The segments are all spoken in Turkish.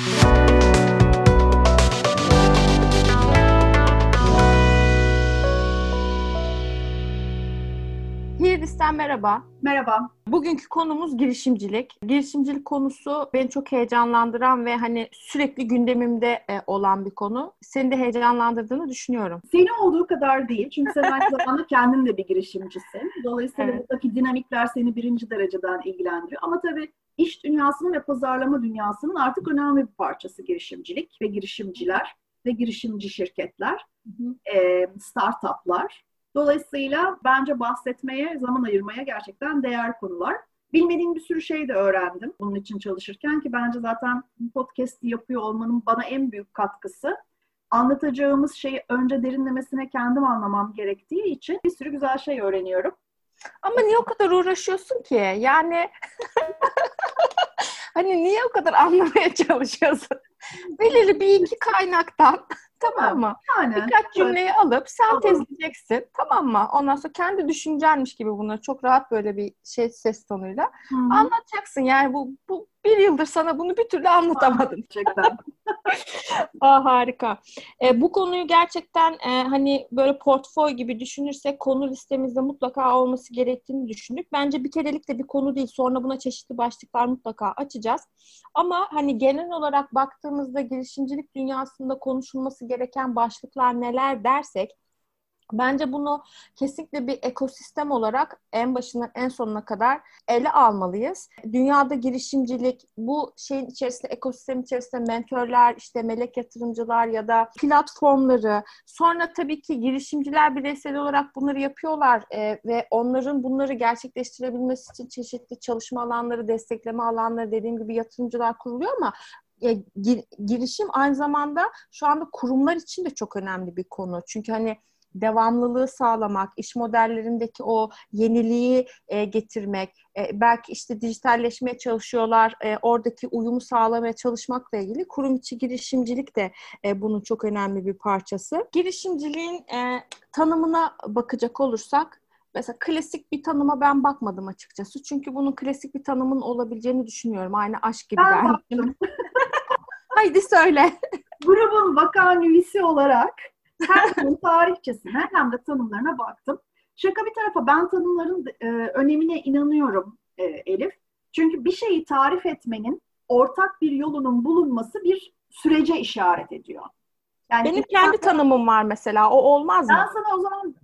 Hirdis'ten merhaba. Merhaba. Bugünkü konumuz girişimcilik. Girişimcilik konusu beni çok heyecanlandıran ve hani sürekli gündemimde olan bir konu. Seni de heyecanlandırdığını düşünüyorum. Seni olduğu kadar değil. Çünkü sen aynı zamanda kendin de bir girişimcisin. Dolayısıyla Evet. buradaki dinamikler seni birinci dereceden ilgilendiriyor. Ama tabii iş dünyasının ve pazarlama dünyasının artık önemli bir parçası girişimcilik ve girişimciler ve girişimci şirketler, Hı hı. startuplar. Dolayısıyla bence bahsetmeye, zaman ayırmaya gerçekten değer konular. Bilmediğim bir sürü şey de öğrendim bunun için çalışırken ki bence zaten podcast yapıyor olmanın bana en büyük katkısı anlatacağımız şeyi önce derinlemesine kendim anlamam gerektiği için bir sürü güzel şey öğreniyorum. Ama niye o kadar uğraşıyorsun ki? Yani hani niye o kadar anlamaya çalışıyorsun? Belirli bir iki kaynaktan tamam mı? Yani Birkaç evet, cümleyi alıp alalım. sentezleyeceksin tamam mı? Ondan sonra kendi düşüncenmiş gibi bunları çok rahat böyle bir ses tonuyla Hı hı. anlatacaksın. Yani bu bir yıldır sana bunu bir türlü anlatamadım. Gerçekten. Harika. Bu konuyu gerçekten hani böyle portföy gibi düşünürsek konu listemizde mutlaka olması gerektiğini düşündük. Bence bir kerelik de bir konu değil. Sonra buna çeşitli başlıklar mutlaka açacağız. Ama hani genel olarak baktığımızda girişimcilik dünyasında konuşulması gereken başlıklar neler dersek, bence bunu kesinlikle bir ekosistem olarak en başından en sonuna kadar ele almalıyız. Dünyada girişimcilik, bu şeyin içerisinde, ekosistem içerisinde mentörler, işte melek yatırımcılar ya da platformları, sonra tabii ki girişimciler bireysel olarak bunları yapıyorlar ve onların bunları gerçekleştirebilmesi için çeşitli çalışma alanları, destekleme alanları, dediğim gibi yatırımcılar kuruluyor ama girişim aynı zamanda şu anda kurumlar için de çok önemli bir konu. Çünkü hani devamlılığı sağlamak, iş modellerindeki o yeniliği getirmek, belki işte dijitalleşmeye çalışıyorlar, oradaki uyumu sağlamaya çalışmakla ilgili kurum içi girişimcilik de bunun çok önemli bir parçası. Girişimciliğin tanımına bakacak olursak, mesela klasik bir tanıma ben bakmadım açıkçası. Çünkü bunun klasik bir tanımın olabileceğini düşünmüyorum. Aynı aşk gibi Ben dermişim. baktım. Haydi söyle. Grubun vaka üyesi olarak hem bunun tarihçesine hem de tanımlarına baktım. Şaka bir tarafa ben tanımların önemine inanıyorum Elif. Çünkü bir şeyi tarif etmenin ortak bir yolunun bulunması bir sürece işaret ediyor. Yani Benim kendi tanımım var mesela. O olmaz ben mı? sana o zaman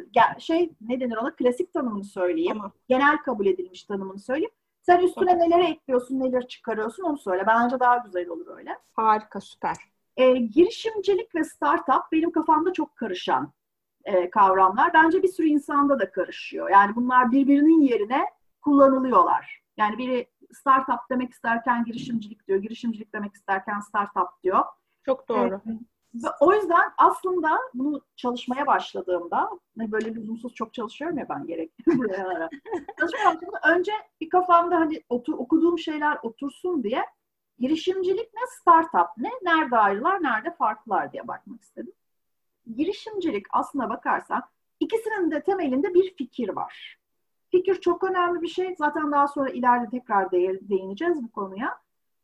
ne denir ona, klasik tanımını söyleyeyim. Tamam. Genel kabul edilmiş tanımını söyleyeyim. Sen üstüne neleri ekliyorsun, neleri çıkarıyorsun onu söyle. Bence daha güzel olur öyle. Harika, süper. Girişimcilik ve startup benim kafamda çok karışan kavramlar. Bence bir sürü insanda da karışıyor. Yani bunlar birbirinin yerine kullanılıyorlar. Yani biri startup demek isterken girişimcilik diyor, girişimcilik demek isterken startup diyor. Çok E, doğru. Ve o yüzden aslında bunu çalışmaya başladığımda, böyle lüzumsuz çok çalışıyorum ya ben gerek buraya. Çalışmaya başladığımda önce bir kafamda hani okuduğum şeyler otursun diye girişimcilik ne, startup ne, nerede ayrılar, nerede farklılar diye bakmak istedim. Girişimcilik aslına bakarsan ikisinin de temelinde bir fikir var. Fikir çok önemli bir şey. Zaten daha sonra ileride tekrar değineceğiz bu konuya.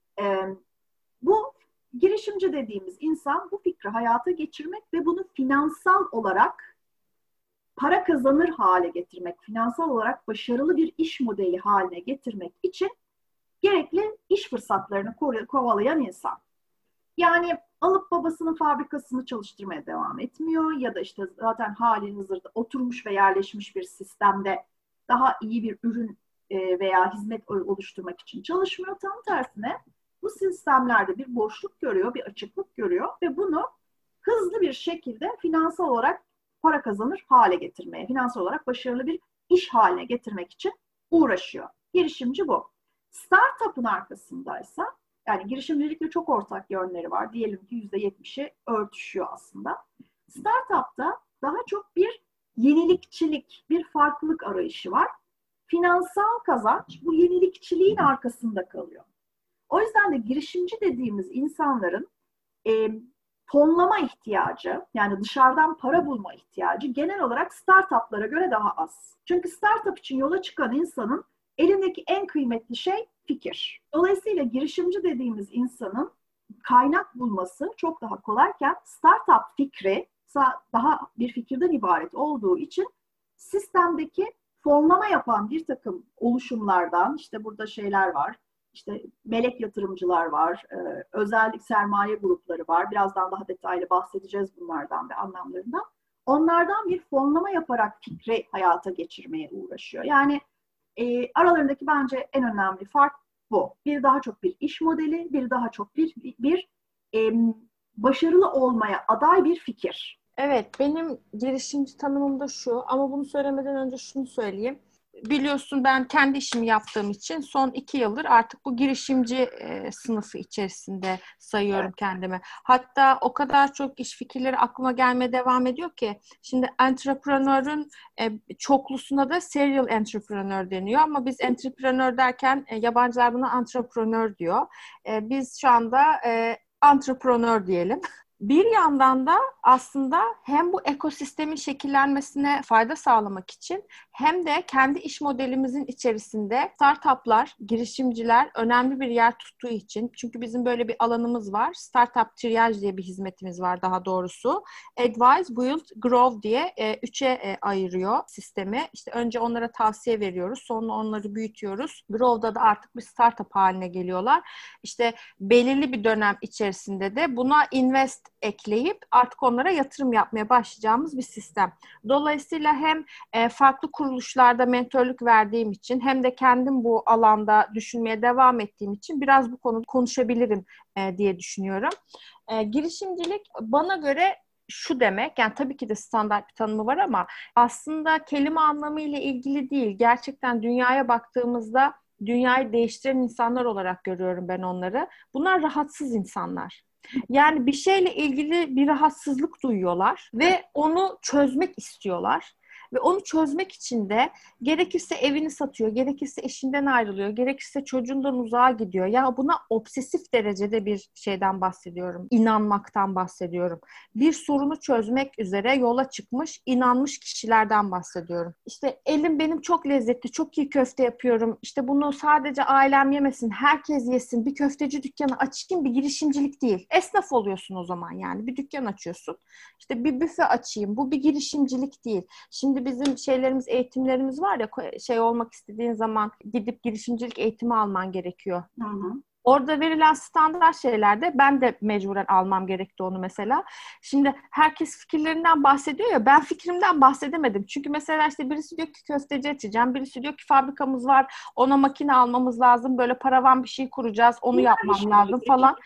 Bu girişimci dediğimiz insan bu fikri hayata geçirmek ve bunu finansal olarak para kazanır hale getirmek, finansal olarak başarılı bir iş modeli haline getirmek için gerekli iş fırsatlarını kovalayan insan. Yani alıp babasının fabrikasını çalıştırmaya devam etmiyor ya da işte zaten halihazırda oturmuş ve yerleşmiş bir sistemde daha iyi bir ürün veya hizmet oluşturmak için çalışmıyor. Tam tersine bu sistemlerde bir boşluk görüyor, bir açıklık görüyor ve bunu hızlı bir şekilde finansal olarak para kazanır hale getirmeye, finansal olarak başarılı bir iş haline getirmek için uğraşıyor. Girişimci bu. Startup'ın arkasındaysa, yani girişimcilikle çok ortak yönleri var. Diyelim ki %70'i örtüşüyor aslında. Startup'ta daha çok bir yenilikçilik, bir farklılık arayışı var. Finansal kazanç bu yenilikçiliğin arkasında kalıyor. O yüzden de girişimci dediğimiz insanların tonlama ihtiyacı, yani dışarıdan para bulma ihtiyacı genel olarak startuplara göre daha az. Çünkü startup için yola çıkan insanın elindeki en kıymetli şey fikir. Dolayısıyla girişimci dediğimiz insanın kaynak bulması çok daha kolayken startup fikri daha bir fikirden ibaret olduğu için sistemdeki fonlama yapan bir takım oluşumlardan, işte burada şeyler var, işte melek yatırımcılar var, özel sermaye grupları var. Birazdan daha detaylı bahsedeceğiz bunlardan ve anlamlarından. Onlardan bir fonlama yaparak fikri hayata geçirmeye uğraşıyor. Yani aralarındaki bence en önemli fark bu. Bir daha çok bir iş modeli, bir daha çok bir başarılı olmaya aday bir fikir. Evet, benim girişimci tanımım da şu, ama bunu söylemeden önce şunu söyleyeyim. Biliyorsun, ben kendi işimi yaptığım için son 2 yıldır artık bu girişimci sınıfı içerisinde sayıyorum kendimi. Hatta o kadar çok iş fikirleri aklıma gelmeye devam ediyor ki, şimdi entrepreneur'ün çoklusuna da serial entrepreneur deniyor, ama biz entrepreneur derken yabancılar buna entrepreneur diyor. Biz şu anda entrepreneur diyelim. Bir yandan da aslında hem bu ekosistemin şekillenmesine fayda sağlamak için hem de kendi iş modelimizin içerisinde startuplar, girişimciler önemli bir yer tuttuğu için, çünkü bizim böyle bir alanımız var. Startup Triage diye bir hizmetimiz var daha doğrusu. Advise, Build, Grow diye 3'e ayırıyor sistemi. İşte önce onlara tavsiye veriyoruz, sonra onları büyütüyoruz. Grow'da da artık bir startup haline geliyorlar. İşte belirli bir dönem içerisinde de buna invest ekleyip artık onlara yatırım yapmaya başlayacağımız bir sistem. Dolayısıyla hem farklı kuruluşlarda mentörlük verdiğim için hem de kendim bu alanda düşünmeye devam ettiğim için biraz bu konuda konuşabilirim diye düşünüyorum. Girişimcilik bana göre şu demek, yani tabii ki de standart bir tanımı var ama aslında kelime anlamıyla ilgili değil. Gerçekten dünyaya baktığımızda dünyayı değiştiren insanlar olarak görüyorum ben onları. Bunlar rahatsız insanlar. Yani bir şeyle ilgili bir rahatsızlık duyuyorlar ve onu çözmek istiyorlar. Ve onu çözmek için de gerekirse evini satıyor, gerekirse eşinden ayrılıyor, gerekirse çocuğundan uzağa gidiyor. Ya buna obsesif derecede bir şeyden bahsediyorum, inanmaktan bahsediyorum. Bir sorunu çözmek üzere yola çıkmış, inanmış kişilerden bahsediyorum. İşte elim benim çok lezzetli, çok iyi köfte yapıyorum. İşte bunu sadece ailem yemesin, herkes yesin. Bir köfteci dükkanı açayım, bir girişimcilik değil. Esnaf oluyorsun o zaman yani. Bir dükkan açıyorsun. İşte bir büfe açayım. Bu bir girişimcilik değil. Şimdi bizim eğitimlerimiz var ya, şey olmak istediğin zaman gidip girişimcilik eğitimi alman gerekiyor. Hı hı. Orada verilen standart şeylerde ben de mecburen almam gerekti onu mesela. Şimdi herkes fikirlerinden bahsediyor ya, ben fikrimden bahsedemedim. Çünkü mesela işte birisi diyor ki köfteci açacağım, birisi diyor ki fabrikamız var, ona makine almamız lazım, böyle paravan bir şey kuracağız, onu yapmam lazım falan.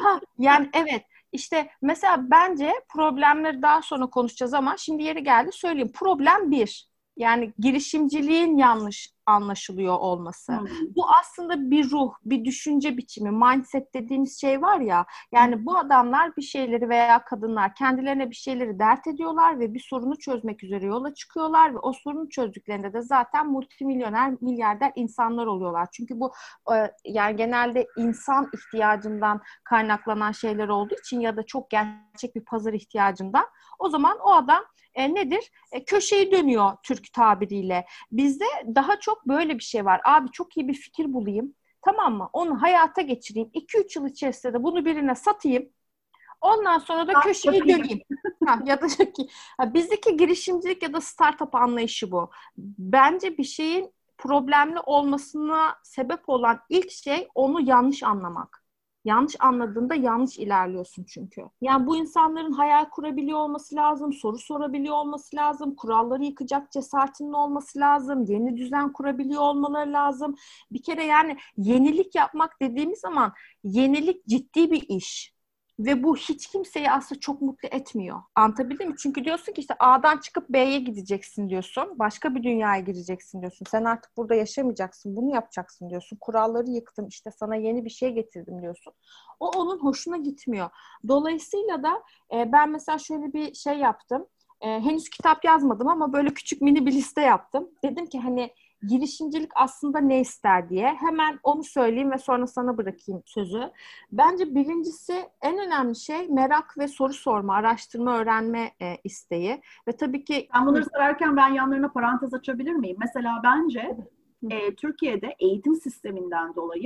Yani evet. İşte mesela bence problemleri daha sonra konuşacağız ama şimdi yeri geldi söyleyeyim. Problem 1. Yani girişimciliğin yanlış anlaşılıyor olması. Bu aslında bir ruh, bir düşünce biçimi, mindset dediğimiz şey var ya. Yani bu adamlar bir şeyleri veya kadınlar kendilerine bir şeyleri dert ediyorlar ve bir sorunu çözmek üzere yola çıkıyorlar ve o sorunu çözdüklerinde de zaten multimilyoner, milyarder insanlar oluyorlar. Çünkü bu yani genelde insan ihtiyacından kaynaklanan şeyler olduğu için ya da çok gerçek bir pazar ihtiyacından. O zaman o adam nedir? Köşeyi dönüyor Türk tabiriyle. Bizde daha çok böyle bir şey var. Abi çok iyi bir fikir bulayım. Tamam mı? Onu hayata geçireyim. 2-3 yıl içerisinde de bunu birine satayım. Ondan sonra da köşeyi döneyim. Ya da ki bizdeki girişimcilik ya da startup anlayışı bu. Bence bir şeyin problemli olmasına sebep olan ilk şey onu yanlış anlamak. Yanlış anladığında yanlış ilerliyorsun çünkü. Yani bu insanların hayal kurabiliyor olması lazım, soru sorabiliyor olması lazım, kuralları yıkacak cesaretinin olması lazım, yeni düzen kurabiliyor olmaları lazım. Bir kere yani yenilik yapmak dediğimiz zaman yenilik ciddi bir iş. Ve bu hiç kimseyi aslında çok mutlu etmiyor. Anlatabildim mi? Çünkü diyorsun ki işte A'dan çıkıp B'ye gideceksin diyorsun. Başka bir dünyaya gireceksin diyorsun. Sen artık burada yaşamayacaksın. Bunu yapacaksın diyorsun. Kuralları yıktım. İşte sana yeni bir şey getirdim diyorsun. O onun hoşuna gitmiyor. Dolayısıyla da ben mesela şöyle bir şey yaptım. Henüz kitap yazmadım ama böyle küçük mini bir liste yaptım. Dedim ki hani girişimcilik aslında ne ister diye. Hemen onu söyleyeyim ve sonra sana bırakayım sözü. Bence birincisi en önemli şey merak ve soru sorma, araştırma, öğrenme isteği. Ve tabii ki... Ben bunları sorarken ben yanlarına parantez açabilir miyim? Mesela bence Türkiye'de eğitim sisteminden dolayı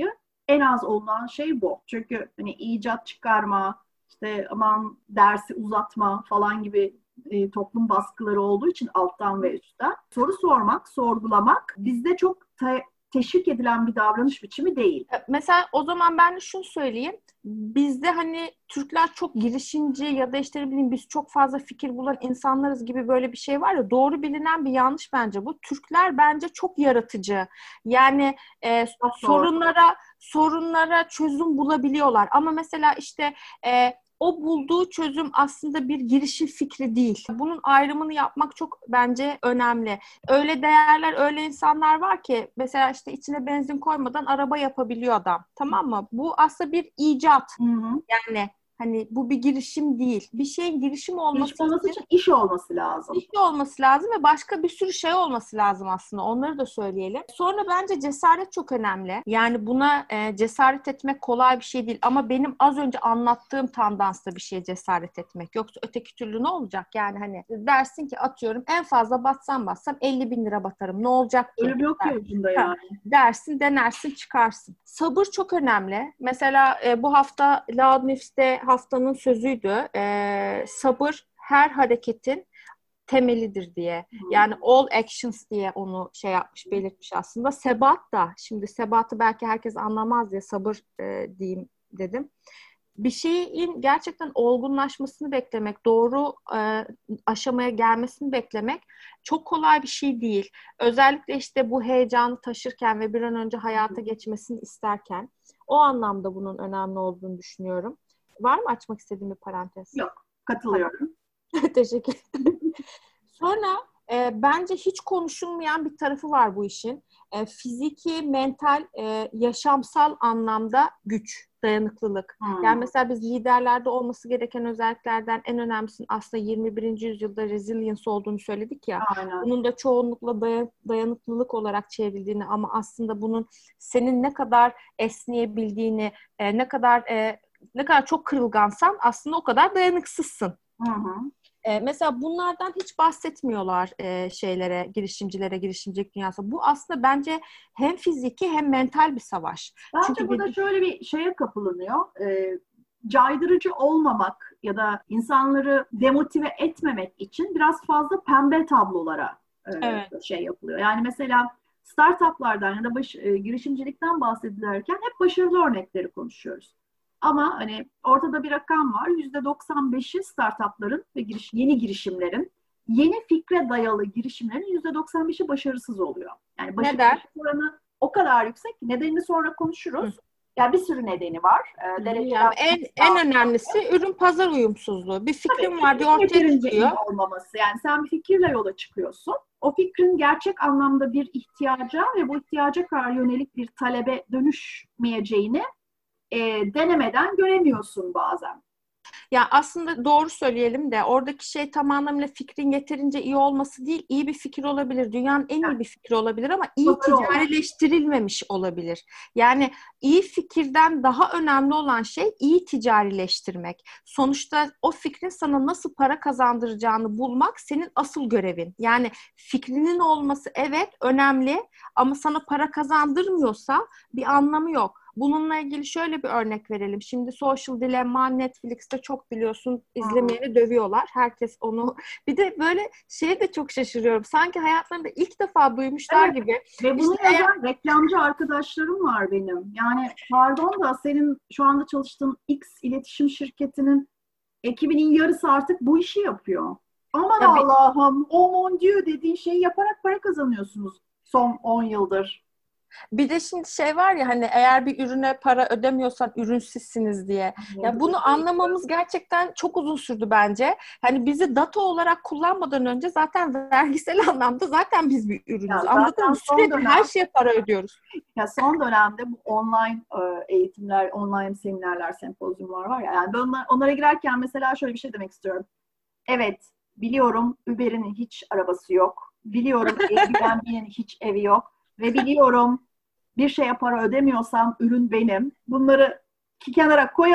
en az olunan şey bu. Çünkü hani icat çıkarma, işte aman dersi uzatma falan gibi toplum baskıları olduğu için alttan ve üstten soru sormak, sorgulamak bizde çok teşvik edilen bir davranış biçimi değil. Mesela o zaman ben de şunu söyleyeyim. Bizde hani Türkler çok girişimci ya da işte ne bileyim biz çok fazla fikir bulan insanlarız gibi böyle bir şey var ya, doğru bilinen bir yanlış bence bu. Türkler bence çok yaratıcı. Yani Çok sorunlara çözüm bulabiliyorlar. Ama mesela işte o bulduğu çözüm aslında bir girişim fikri değil. Bunun ayrımını yapmak çok bence önemli. Öyle değerler, öyle insanlar var ki mesela işte içine benzin koymadan araba yapabiliyor adam. Tamam mı? Bu aslında bir icat. Hı-hı. Yani hani bu bir girişim değil. Bir şeyin girişim olması için iş olması lazım. İş olması lazım ve başka bir sürü şey olması lazım aslında. Onları da söyleyelim. Sonra bence cesaret çok önemli. Yani buna cesaret etmek kolay bir şey değil. Ama benim az önce anlattığım tandansta bir şeye cesaret etmek. Yoksa öteki türlü ne olacak? Yani hani dersin ki atıyorum en fazla batsam 50.000 lira batarım. Ne olacak ki? Öyle bir yok ya ucunda yani. Dersin, denersin, çıkarsın. Sabır çok önemli. Mesela bu hafta Loud News'te haftanın sözüydü. Sabır her hareketin temelidir diye. Yani all actions diye onu şey yapmış, belirtmiş aslında. Sebat da, şimdi sebatı belki herkes anlamaz diye sabır diyeyim dedim. Bir şeyin gerçekten olgunlaşmasını beklemek, doğru aşamaya gelmesini beklemek çok kolay bir şey değil. Özellikle işte bu heyecanı taşırken ve bir an önce hayata geçmesini isterken o anlamda bunun önemli olduğunu düşünüyorum. Var mı açmak istediğim bir parantez? Yok, katılıyorum. Teşekkür ederim. Sonra bence hiç konuşulmayan bir tarafı var bu işin. Fiziki, mental, yaşamsal anlamda güç, dayanıklılık. Yani mesela biz liderlerde olması gereken özelliklerden en önemlisinin aslında 21. yüzyılda resilience olduğunu söyledik ya. Aynen. Bunun da çoğunlukla dayanıklılık olarak çevrildiğini ama aslında bunun senin ne kadar esneyebildiğini, ne kadar çok kırılgansan aslında o kadar dayanıksızsın. Hı. Mesela bunlardan hiç bahsetmiyorlar girişimcilere, girişimcilik dünyası. Bu aslında bence hem fiziki hem mental bir savaş. Bence Çünkü burada şöyle bir şeye kapılınıyor. Caydırıcı olmamak ya da insanları demotive etmemek için biraz fazla pembe tablolara şey yapılıyor. Yani mesela startuplardan ya da girişimcilikten bahsedilirken hep başarılı örnekleri konuşuyoruz. Ama hani ortada bir rakam var. %95'i startupların ve yeni girişimlerin, yeni fikre dayalı girişimlerin %95'i başarısız oluyor. Yani başarı oranı o kadar yüksek ki nedenini sonra konuşuruz. Yani bir sürü nedeni var. Yani en önemlisi ürün pazar uyumsuzluğu. Bir fikrim var, bir ortaya çıkıyor. Olmaması. Yani sen bir fikirle yola çıkıyorsun. O fikrin gerçek anlamda bir ihtiyaca ve bu ihtiyaca kadar yönelik bir talebe dönüşmeyeceğini denemeden göremiyorsun bazen. Ya aslında doğru söyleyelim de oradaki şey tam anlamıyla fikrin yeterince iyi olması değil, iyi bir fikir olabilir. Dünyanın en iyi bir fikri olabilir ama iyi ticarileştirilmemiş olabilir. Yani iyi fikirden daha önemli olan şey iyi ticarileştirmek. Sonuçta o fikrin sana nasıl para kazandıracağını bulmak senin asıl görevin. Yani fikrinin olması evet önemli ama sana para kazandırmıyorsa bir anlamı yok. Bununla ilgili şöyle bir örnek verelim. Şimdi Social Dilemma Netflix'te çok biliyorsun izlemeyeni dövüyorlar. Herkes onu bir de böyle şeye de çok şaşırıyorum. Sanki hayatlarında ilk defa duymuşlar gibi. Ve bunu yazan reklamcı arkadaşlarım var benim. Yani pardon da senin şu anda çalıştığın X iletişim şirketinin ekibinin yarısı artık bu işi yapıyor. Aman Allah'ım, oh mon Dieu dediğin şeyi yaparak para kazanıyorsunuz son 10 yıldır. Bir de şimdi şey var ya hani eğer bir ürüne para ödemiyorsan ürünsüzsünüz diye. Ya bunu anlamamız gerçekten çok uzun sürdü bence. Hani bizi data olarak kullanmadan önce zaten vergisel anlamda zaten biz bir ürünüz. Anladın mı? Sürekli her şeye para ödüyoruz. Ya son dönemde bu online eğitimler, online seminerler, sempozyumlar var ya. Yani ben onlara girerken mesela şöyle bir şey demek istiyorum. Evet, biliyorum Uber'in hiç arabası yok. Biliyorum Airbnb'nin hiç evi yok. Ve biliyorum bir şeye para ödemiyorsam ürün benim. Bunları kenara koyalım.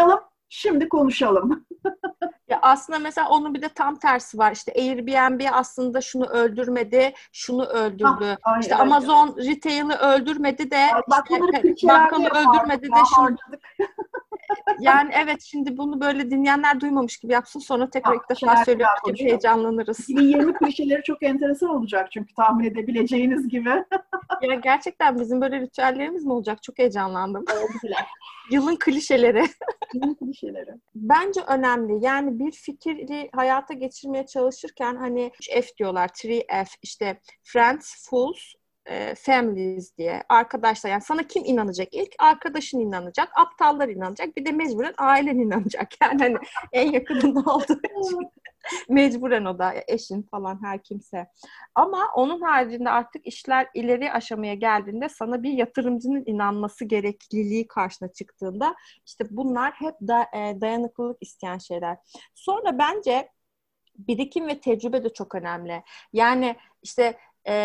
Şimdi konuşalım. Ya aslında mesela onun bir de tam tersi var. İşte Airbnb aslında şunu öldürmedi, şunu öldürdü. Ay, İşte evet. Amazon Retail'i öldürmedi de Ay, bak işte bunları klişelerde bakkalı yapardık öldürmedi ya, de şunu. harcadık. Yani evet, şimdi bunu böyle dinleyenler duymamış gibi yapsın, sonra tekrar Tamam, ilk defa klişeler bir söylüyormuş daha gibi konuşalım. heyecanlanırız. 2020 klişeleri çok enteresan olacak çünkü tahmin edebileceğiniz gibi. Ya gerçekten bizim böyle ritüellerimiz mi olacak? Çok heyecanlandım. Oldu bile. Yılın klişeleri. Yeni klişeleri. Bence önemli. Yani bir fikri hayata geçirmeye çalışırken hani 3F diyorlar, 3F, işte friends, fools, families diye. Arkadaşlar, yani sana kim inanacak? İlk arkadaşın inanacak, aptallar inanacak, bir de mecburen ailen inanacak. Yani hani en yakınında olduğu için. Mecburen o da eşin falan, her kimse. Ama onun haricinde artık işler ileri aşamaya geldiğinde, sana bir yatırımcının inanması gerekliliği karşına çıktığında, işte bunlar hep dayanıklılık isteyen şeyler. Sonra bence birikim ve tecrübe de çok önemli. Yani işte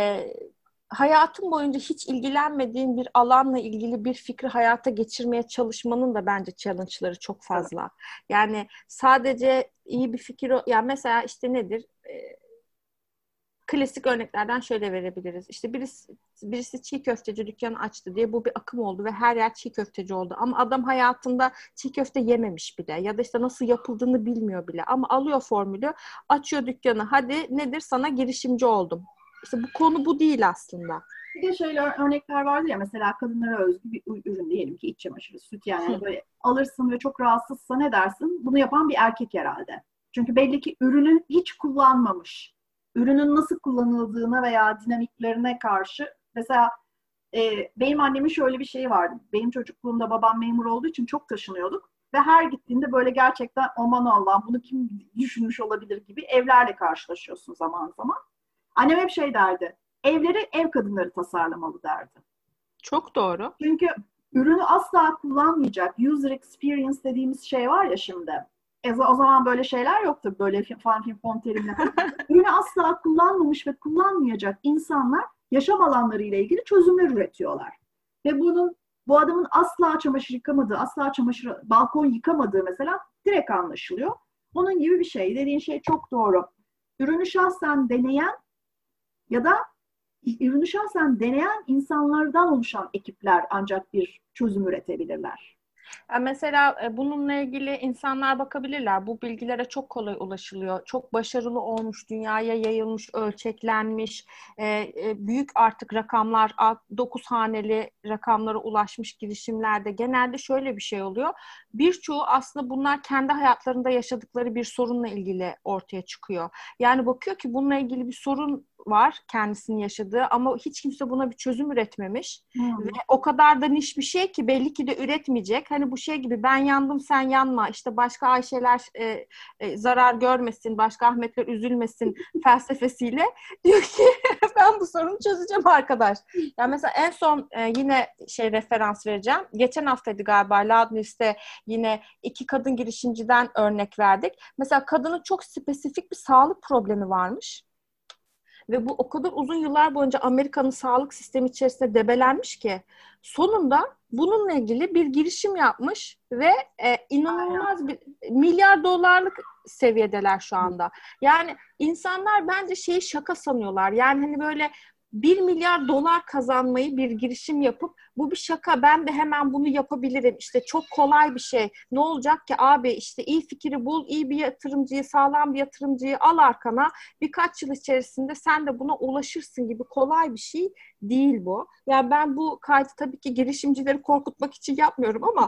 hayatın boyunca hiç ilgilenmediğin bir alanla ilgili bir fikri hayata geçirmeye çalışmanın da bence challenge'ları çok Evet. fazla. Yani sadece iyi bir fikir, yani mesela işte nedir? Klasik örneklerden şöyle verebiliriz. İşte birisi çiğ köfteci dükkanı açtı diye bu bir akım oldu ve her yer çiğ köfteci oldu. Ama adam hayatında çiğ köfte yememiş bile, ya da işte nasıl yapıldığını bilmiyor bile. Ama alıyor formülü, açıyor dükkanı. Hadi nedir, sana girişimci oldum. İşte bu konu bu değil aslında. Bir de şöyle örnekler vardı ya, mesela kadınlara özgü bir ürün, diyelim ki iç çamaşırı, süt, yani böyle alırsın ve çok rahatsızsa ne dersin? Bunu yapan bir erkek herhalde. Çünkü belli ki ürünü hiç kullanmamış. Ürünün nasıl kullanıldığına veya dinamiklerine karşı, mesela benim annemin şöyle bir şeyi vardı. Benim çocukluğumda babam memur olduğu için çok taşınıyorduk. Ve her gittiğinde böyle gerçekten aman Allah'ım bunu kim düşünmüş olabilir gibi evlerle karşılaşıyorsun zaman zaman. Annem hep şey derdi. Evleri ev kadınları tasarlamalı derdi. Çok doğru. Çünkü ürünü asla kullanmayacak user experience dediğimiz şey var ya şimdi. O zaman böyle şeyler yoktu. Böyle fan film fon terimler. Ürünü asla kullanmamış ve kullanmayacak insanlar yaşam alanları ile ilgili çözümler üretiyorlar. Ve bu adamın asla çamaşır yıkamadığı, asla balkon yıkamadığı mesela direkt anlaşılıyor. Onun gibi bir şey. Dediğin şey çok doğru. Ürünü şahsen deneyen ya da ürünü şahsen deneyen insanlardan oluşan ekipler ancak bir çözüm üretebilirler. Yani mesela bununla ilgili insanlar bakabilirler. Bu bilgilere çok kolay ulaşılıyor. Çok başarılı olmuş, dünyaya yayılmış, ölçeklenmiş, büyük artık rakamlar, 9 haneli rakamlara ulaşmış girişimlerde genelde şöyle bir şey oluyor. Birçoğu aslında bunlar kendi hayatlarında yaşadıkları bir sorunla ilgili ortaya çıkıyor. Yani bakıyor ki bununla ilgili bir sorun var kendisinin yaşadığı, ama hiç kimse buna bir çözüm üretmemiş. Ve o kadar da niş bir şey ki belli ki de üretmeyecek. Hani bu şey gibi, ben yandım sen yanma, işte başka Ayşeler zarar görmesin, başka Ahmetler üzülmesin felsefesiyle diyor ki ben bu sorunu çözeceğim arkadaş. Yani mesela en son yine referans vereceğim. Geçen haftaydı galiba, Loudness'te yine 2 kadın girişimciden örnek verdik. Mesela kadının çok spesifik bir sağlık problemi varmış. Ve bu o kadar uzun yıllar boyunca Amerika'nın sağlık sistemi içerisinde debelenmiş ki sonunda bununla ilgili bir girişim yapmış ve inanılmaz bir milyar dolarlık seviyedeler şu anda. Yani insanlar bence şeyi şaka sanıyorlar. Yani hani böyle 1 milyar dolar kazanmayı bir girişim yapıp bu bir şaka, ben de hemen bunu yapabilirim, İşte çok kolay bir şey, ne olacak ki abi, işte iyi fikri bul, iyi bir yatırımcıyı, sağlam bir yatırımcıyı al arkana, birkaç yıl içerisinde sen de buna ulaşırsın gibi kolay bir şey değil bu. Yani ben bu kaydı tabii ki girişimcileri korkutmak için yapmıyorum ama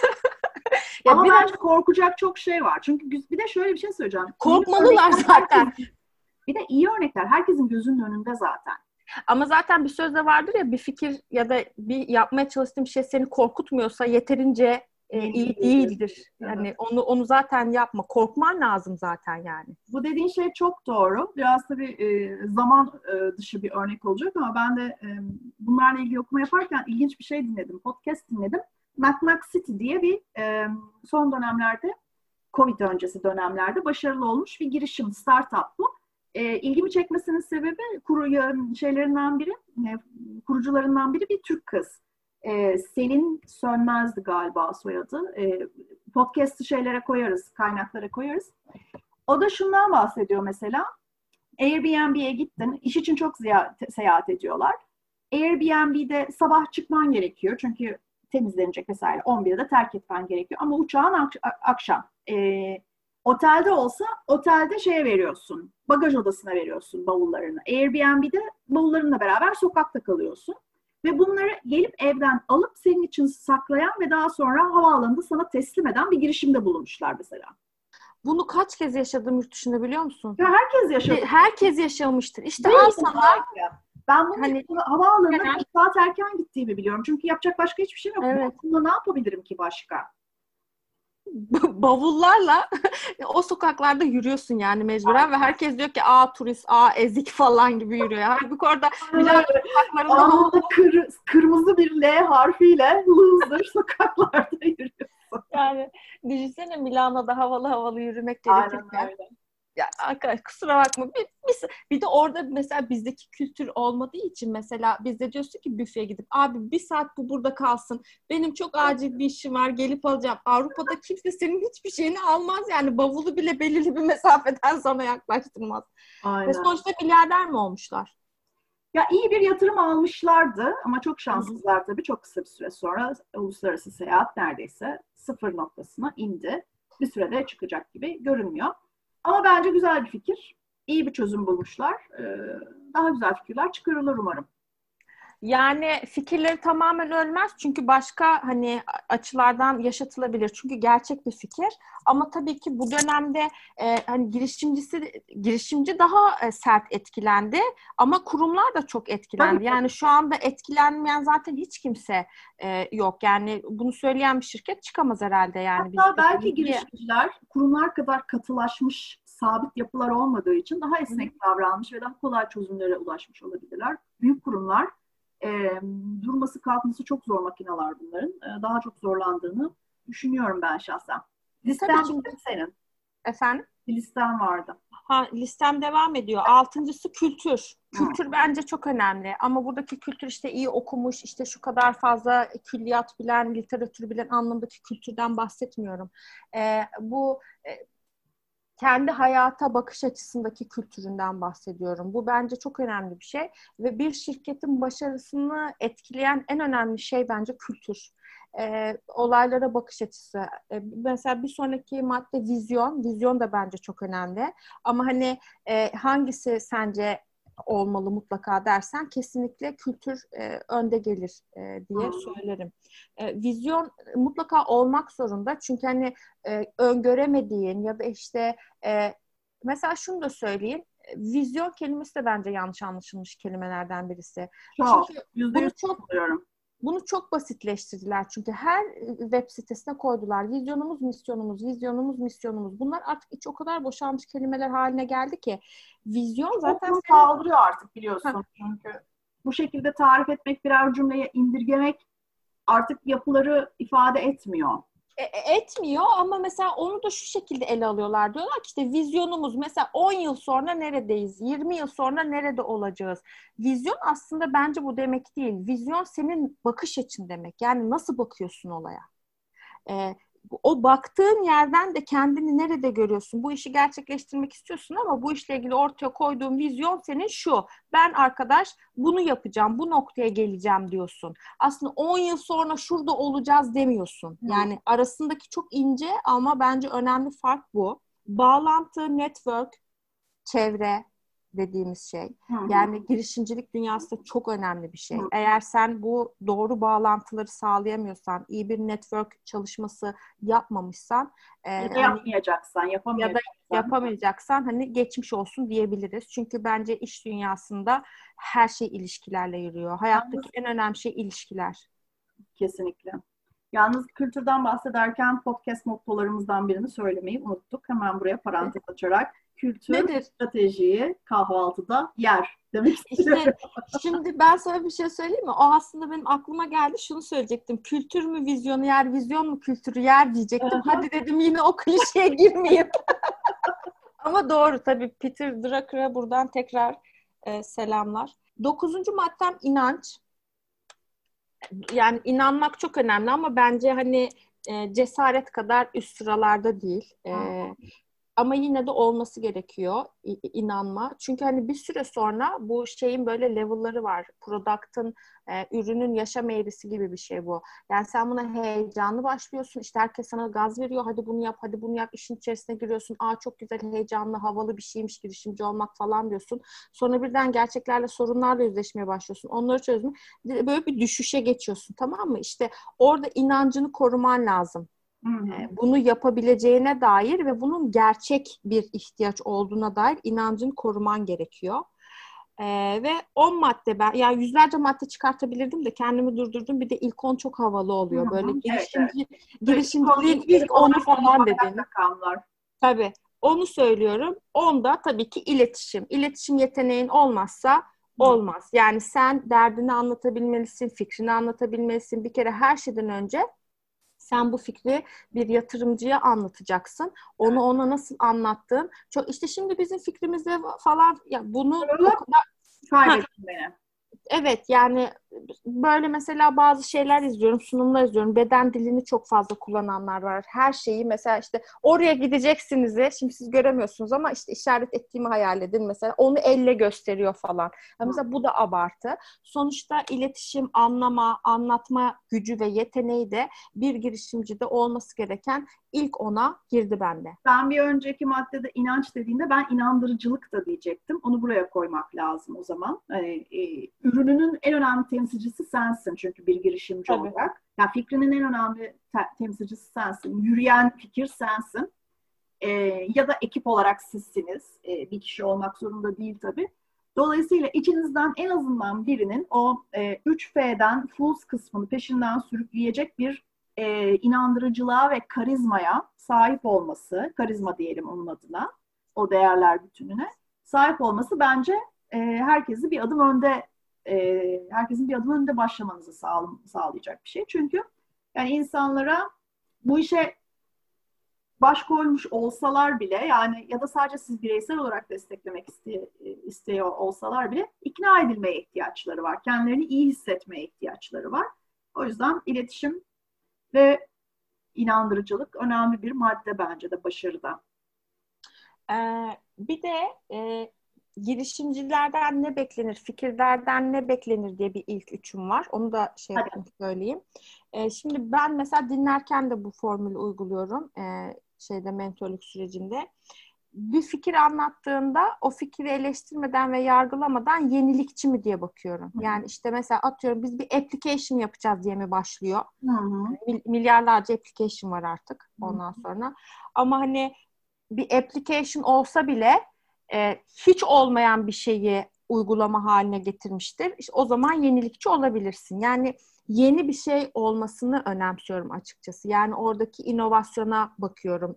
ya ama biraz bence korkacak çok şey var. Çünkü bir de şöyle bir şey söyleyeceğim. korkmalılar zaten. Bir de iyi örnekler herkesin gözünün önünde zaten. Ama zaten bir söz de vardır ya, bir fikir ya da bir yapmaya çalıştığın şey seni korkutmuyorsa yeterince iyi değildir. Yani onu zaten yapma. Korkman lazım zaten yani. Bu dediğin şey çok doğru. Biraz tabii zaman dışı bir örnek olacak ama ben de bunlarla ilgili okuma yaparken ilginç bir şey dinledim. Podcast dinledim. Knock Knock City diye bir son dönemlerde, Covid öncesi dönemlerde başarılı olmuş bir girişim, startup bu. İlgimi çekmesinin sebebi kurucularından biri bir Türk kız. Selin Sönmez'di galiba soyadı. Podcast'ı şeylere koyarız, kaynaklara koyarız. O da şundan bahsediyor mesela. Airbnb'ye gittin, iş için çok seyahat ediyorlar. Airbnb'de sabah çıkman gerekiyor çünkü temizlenecek vesaire. 11'de terk etmen gerekiyor. Ama uçağın akşam. Otelde olsa otelde şeye veriyorsun. Bagaj odasına veriyorsun bavullarını. Airbnb'de bavullarınla beraber sokakta kalıyorsun. Ve bunları gelip evden alıp senin için saklayan ve daha sonra havaalanında sana teslim eden bir girişimde bulunmuşlar mesela. Bunu kaç kez yaşadım yurt dışında biliyor musun? Ya herkes yaşadı. Herkes yaşamıştır. İşte Değil al sana. Ben bunu Hani, havaalanına bir saat erken gittiğimi biliyorum. Çünkü yapacak başka hiçbir şey yok. Evet. Bunda ne yapabilirim ki başka? Bavullarla o sokaklarda yürüyorsun yani mecburen ve herkes diyor ki turist, ezik falan gibi yürüyor. Halbuki orada Milano sokaklarında kırmızı bir L harfiyle loser sokaklarda yürüyorsun. Yani düşünsene Milano'da havalı yürümek gerekirken. Ya arkadaş kusura bakma. Bir de orada mesela bizdeki kültür olmadığı için mesela bizde diyorsun ki büfeye gidip abi bir saat bu burada kalsın. Benim çok acil bir işim var gelip alacağım. Avrupa'da kimse senin hiçbir şeyini almaz yani bavulu bile belirli bir mesafeden sana yaklaştırmaz. Aynen. Ve sonuçta milyarder mi olmuşlar? Ya iyi bir yatırım almışlardı ama çok şanssızlar tabii. Çok kısa bir süre sonra uluslararası seyahat neredeyse sıfır noktasına indi. Bir sürede çıkacak gibi görünmüyor. Ama bence güzel bir fikir. İyi bir çözüm bulmuşlar. Daha güzel fikirler çıkarılır umarım. Yani fikirleri tamamen ölmez çünkü başka hani açılardan yaşatılabilir. Çünkü gerçek bir fikir. Ama tabii ki bu dönemde hani girişimci daha sert etkilendi. Ama kurumlar da çok etkilendi. Tabii. Yani şu anda etkilenmeyen zaten hiç kimse yok. Yani bunu söyleyen bir şirket çıkamaz herhalde yani. Hatta belki girişimciler kurumlar kadar katılaşmış sabit yapılar olmadığı için daha esnek davranmış ve daha kolay çözümlere ulaşmış olabilirler. Büyük kurumlar durması kalkması çok zor makineler bunların. Daha çok zorlandığını düşünüyorum ben şahsen. Listem senin. Efendim? Bir listem vardı. Listem devam ediyor. 6.'sı kültür. Kültür bence çok önemli. Ama buradaki kültür işte iyi okumuş, işte şu kadar fazla külliyat bilen, literatür bilen anlamdaki kültürden bahsetmiyorum. Bu kendi hayata bakış açısındaki kültüründen bahsediyorum. Bu bence çok önemli bir şey ve bir şirketin başarısını etkileyen en önemli şey bence kültür. Olaylara bakış açısı. Mesela bir sonraki madde vizyon. Vizyon da bence çok önemli. Ama hani hangisi sence olmalı mutlaka dersen kesinlikle kültür önde gelir diye söylerim. Vizyon mutlaka olmak zorunda. Çünkü hani öngöremediğin ya da işte mesela şunu da söyleyeyim. Vizyon kelimesi de bence yanlış anlaşılmış kelimelerden birisi. Çünkü bunu çok basitleştirdiler. Çünkü her web sitesine koydular. Vizyonumuz, misyonumuz, vizyonumuz, misyonumuz. Bunlar artık o kadar boşalmış kelimeler haline geldi ki vizyon zaten kaldırıyor artık biliyorsun. Çünkü bu şekilde tarif etmek, birer cümleye indirgemek artık yapıları ifade etmiyor. Etmiyor ama mesela onu da şu şekilde ele alıyorlar. Diyorlar ki işte vizyonumuz mesela 10 yıl sonra neredeyiz? 20 yıl sonra nerede olacağız? Vizyon aslında bence bu demek değil. Vizyon senin bakış açın demek. Yani nasıl bakıyorsun olaya? O baktığın yerden de kendini nerede görüyorsun? Bu işi gerçekleştirmek istiyorsun ama bu işle ilgili ortaya koyduğun vizyon senin şu. Ben arkadaş bunu yapacağım, bu noktaya geleceğim diyorsun. Aslında 10 yıl sonra şurada olacağız demiyorsun. Yani arasındaki çok ince ama bence önemli fark bu. Bağlantı, network, çevre dediğimiz şey. Yani girişimcilik dünyasında çok önemli bir şey. Eğer sen bu doğru bağlantıları sağlayamıyorsan, iyi bir network çalışması yapmamışsan ya da yapamayacaksan hani geçmiş olsun diyebiliriz. Çünkü bence iş dünyasında her şey ilişkilerle yürüyor. Hayattaki en önemli şey ilişkiler. Kesinlikle. Yalnız kültürden bahsederken podcast mottolarımızdan birini söylemeyi unuttuk. Hemen buraya parantez açarak. Kültür, nedir? Stratejiyi kahvaltıda yer demek istiyorum. İşte şimdi ben sana bir şey söyleyeyim mi? O aslında benim aklıma geldi. Şunu söyleyecektim. Kültür mü vizyonu yer, vizyon mu kültürü yer diyecektim. Hadi dedim yine o klişeye girmeyeyim. Ama doğru tabii. Peter Drucker'a buradan tekrar selamlar. 9. maddem inanç. Yani inanmak çok önemli ama bence hani cesaret kadar üst sıralarda değil. Ama yine de olması gerekiyor inanma. Çünkü hani bir süre sonra bu şeyin böyle level'ları var. Product'ın, ürünün yaşam eğrisi gibi bir şey bu. Yani sen buna heyecanlı başlıyorsun. İşte herkes sana gaz veriyor. Hadi bunu yap, hadi bunu yap. İşin içerisine giriyorsun. Çok güzel, heyecanlı, havalı bir şeymiş girişimci olmak falan diyorsun. Sonra birden gerçeklerle, sorunlarla yüzleşmeye başlıyorsun. Onları çözme. Böyle bir düşüşe geçiyorsun, tamam mı? İşte orada inancını koruman lazım. Bunu yapabileceğine dair ve bunun gerçek bir ihtiyaç olduğuna dair inancını koruman gerekiyor. Ve 10 madde, ben yani yüzlerce madde çıkartabilirdim de kendimi durdurdum. Bir de ilk 10 çok havalı oluyor. Böyle girişimciliğin ilk 10'u falan dedim. Tabii. Onu söylüyorum. 10'da tabii ki iletişim. İletişim yeteneğin olmazsa olmaz. Yani sen derdini anlatabilmelisin, fikrini anlatabilmelisin. Bir kere her şeyden önce sen bu fikri bir yatırımcıya anlatacaksın. Onu ona nasıl anlattın? Çok işte şimdi bizim fikrimizde falan ya bunu o kadar kaybettim beni. Evet, yani böyle mesela bazı şeyler izliyorum, sunumlar izliyorum. Beden dilini çok fazla kullananlar var. Her şeyi mesela işte oraya gideceksiniz. Şimdi siz göremiyorsunuz ama işte işaret ettiğimi hayal edin mesela. Onu elle gösteriyor falan. Mesela bu da abartı. Sonuçta iletişim, anlama, anlatma gücü ve yeteneği de bir girişimcide olması gereken ilk 10'a girdi bende. Ben bir önceki maddede inanç dediğinde ben inandırıcılık da diyecektim. Onu buraya koymak lazım o zaman. Ürününün en önemli temsilcisi sensin çünkü bir girişimci olarak. Yani fikrinin en önemli temsilcisi sensin. Yürüyen fikir sensin. Ya da ekip olarak sizsiniz. Bir kişi olmak zorunda değil tabii. Dolayısıyla içinizden en azından birinin o 3F'den Fools kısmını peşinden sürükleyecek bir inandırıcılığa ve karizmaya sahip olması, karizma diyelim onun adına, o değerler bütününe sahip olması bence herkesin bir adım önde başlamanızı sağlayacak bir şey. Çünkü yani insanlara bu işe baş koymuş olsalar bile yani ya da sadece siz bireysel olarak desteklemek istiyor olsalar bile ikna edilmeye ihtiyaçları var. Kendilerini iyi hissetmeye ihtiyaçları var. O yüzden iletişim ve inandırıcılık önemli bir madde bence de başarıda. Bir de girişimcilerden ne beklenir, fikirlerden ne beklenir diye bir ilk üçüm var. Onu da söyleyeyim. Şimdi ben mesela dinlerken de bu formülü uyguluyorum. Mentorluk sürecinde. Bir fikir anlattığında o fikri eleştirmeden ve yargılamadan yenilikçi mi diye bakıyorum. Yani işte mesela atıyorum biz bir application yapacağız diye mi başlıyor? Milyarlarca application var artık ondan sonra. Ama hani bir application olsa bile hiç olmayan bir şeyi uygulama haline getirmiştir. İşte o zaman yenilikçi olabilirsin. Yani yeni bir şey olmasını önemsiyorum açıkçası. Yani oradaki inovasyona bakıyorum.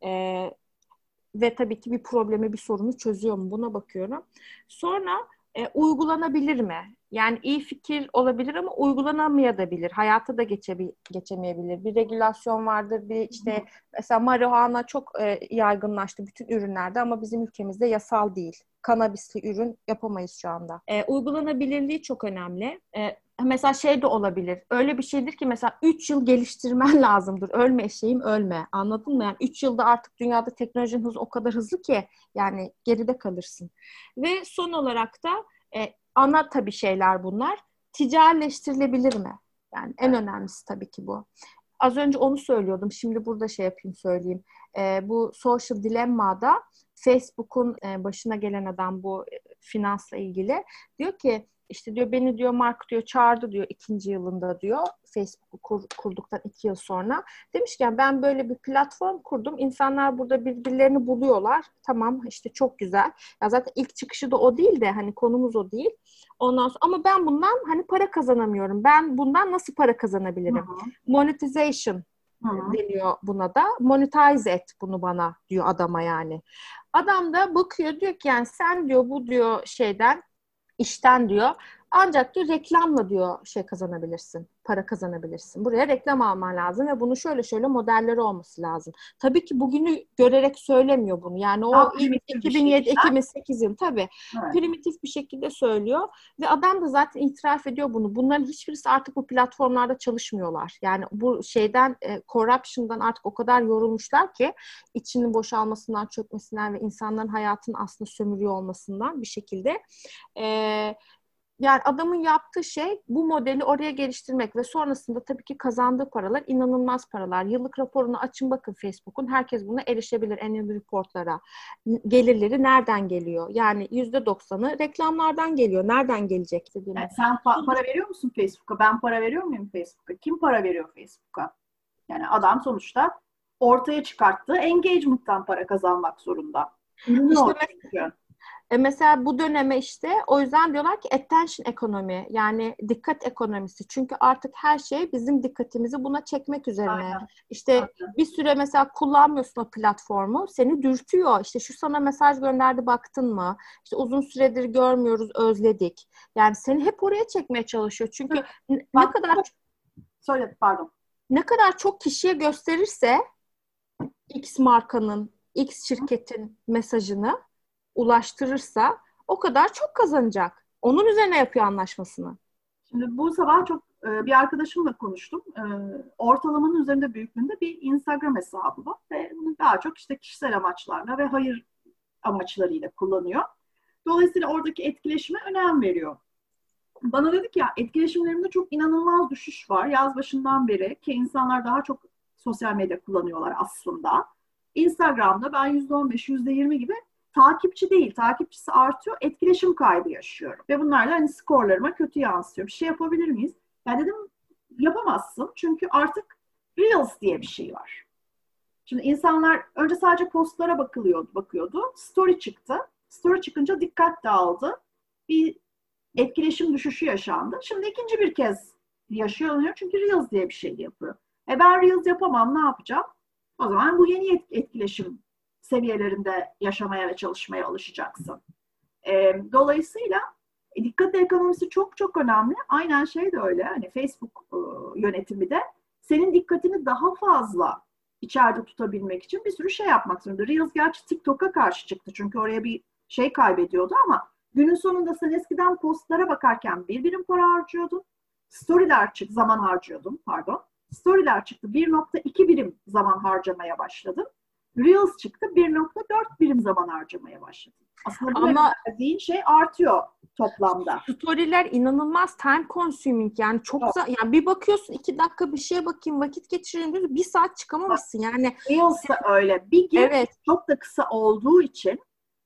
Ve tabii ki bir problemi, bir sorunu çözüyor mu? Buna bakıyorum. Sonra uygulanabilir mi? Yani iyi fikir olabilir ama uygulanamayabilir. Hayata da geçemeyebilir. Bir regülasyon vardır. Bir işte mesela marihuana çok yaygınlaştı bütün ürünlerde ama bizim ülkemizde yasal değil. Kanabisli ürün yapamayız şu anda. Uygulanabilirliği çok önemli. Mesela şey de olabilir. Öyle bir şeydir ki mesela 3 yıl geliştirmen lazımdır. Ölme eşeğim ölme. Anladın mı? Yani 3 yılda artık dünyada teknolojinin hızı o kadar hızlı ki yani geride kalırsın. Ve son olarak da ana tabii şeyler bunlar. Ticarileştirilebilir mi? Yani en önemlisi tabii ki bu. Az önce onu söylüyordum. Şimdi burada söyleyeyim. Bu Social Dilemma'da Facebook'un başına gelen adam bu finansla ilgili diyor ki işte diyor beni diyor Mark diyor çağırdı diyor 2. yılında diyor Facebook'u kurduktan 2 yıl sonra. Demişken ben böyle bir platform kurdum. İnsanlar burada birbirlerini buluyorlar. Tamam işte çok güzel. Ya zaten ilk çıkışı da o değil de hani konumuz o değil. Ondan sonra ama ben bundan hani para kazanamıyorum. Ben bundan nasıl para kazanabilirim? Monetization deniyor buna da. Monetize et bunu bana diyor adama yani. Adam da bakıyor diyor ki yani sen diyor bu diyor işten diyor Ancak diyor reklamla diyor kazanabilirsin, para kazanabilirsin. Buraya reklam alman lazım ve bunun şöyle şöyle modelleri olması lazım. Tabii ki bugünü görerek söylemiyor bunu. Yani o Daha ilk primitif bir 2007, şekilde. 2008 yıl tabii Evet. primitif bir şekilde söylüyor ve adam da zaten itiraf ediyor bunu. Bunların hiçbirisi artık bu platformlarda çalışmıyorlar. Yani bu corruption'dan artık o kadar yorulmuşlar ki içinin boşalmasından, çökmesinden ve insanların hayatını aslında sömürüyor olmasından bir şekilde yani adamın yaptığı şey bu modeli oraya geliştirmek ve sonrasında tabii ki kazandığı paralar inanılmaz paralar. Yıllık raporunu açın bakın Facebook'un. Herkes buna erişebilir annual reportlara. Gelirleri nereden geliyor? Yani %90'ı reklamlardan geliyor. Nereden gelecek dediğimi. Yani sen para veriyor musun Facebook'a? Ben para veriyor muyum Facebook'a? Kim para veriyor Facebook'a? Yani adam sonuçta ortaya çıkarttığı engagement'tan para kazanmak zorunda. Ürünü İşte o çünkü. Mesela bu döneme o yüzden diyorlar ki attention ekonomi yani dikkat ekonomisi. Çünkü artık her şey bizim dikkatimizi buna çekmek üzerine. Aynen. Aynen. Bir süre mesela kullanmıyorsun o platformu seni dürtüyor. İşte şu sana mesaj gönderdi baktın mı? İşte uzun süredir görmüyoruz özledik. Yani seni hep oraya çekmeye çalışıyor. Çünkü Söyle pardon. ne kadar çok kişiye gösterirse X markanın, X şirketin mesajını ulaştırırsa o kadar çok kazanacak. Onun üzerine yapıyor anlaşmasını. Şimdi bu sabah çok bir arkadaşımla konuştum. Ortalamanın üzerinde büyüklüğünde bir Instagram hesabı var ve bunu daha çok işte kişisel amaçlarla ve hayır amaçlarıyla kullanıyor. Dolayısıyla oradaki etkileşime önem veriyor. Bana dedi ki ya etkileşimlerimde çok inanılmaz düşüş var. Yaz başından beri ki insanlar daha çok sosyal medya kullanıyorlar aslında. Instagram'da ben %15, %20 gibi takipçi değil, takipçisi artıyor, etkileşim kaybı yaşıyorum. Ve bunlarla hani skorlarıma kötü yansıyor. Bir şey yapabilir miyiz? Ben dedim yapamazsın çünkü artık Reels diye bir şey var. Şimdi insanlar önce sadece postlara bakıyordu. Story çıktı. Story çıkınca dikkat dağıldı. Bir etkileşim düşüşü yaşandı. Şimdi ikinci bir kez yaşanıyor çünkü Reels diye bir şey yapıyor. Ben Reels yapamam ne yapacağım? O zaman bu yeni etkileşim seviyelerinde yaşamaya ve çalışmaya alışacaksın. Dolayısıyla dikkat ekonomisi çok çok önemli. Aynen şey de öyle. Hani Facebook yönetimi de senin dikkatini daha fazla içeride tutabilmek için bir sürü şey yapmak zorunda. Reels gerçi TikTok'a karşı çıktı. Çünkü oraya bir şey kaybediyordu ama günün sonunda sen eskiden postlara bakarken bir birim para harcıyordun. Zaman harcıyordun, pardon. Storyler çıktı 1,2 birim zaman harcamaya başladın. Reels çıktı 1,4 birim zaman harcamaya başladın. Aslında bu verdiğin şey artıyor toplamda. Storyler inanılmaz time consuming yani yani bir bakıyorsun 2 dakika bir şeye bakayım vakit geçireyim diyorsun 1 saat çıkamamışsın yani. Reels de öyle. Bir gir çok da kısa olduğu için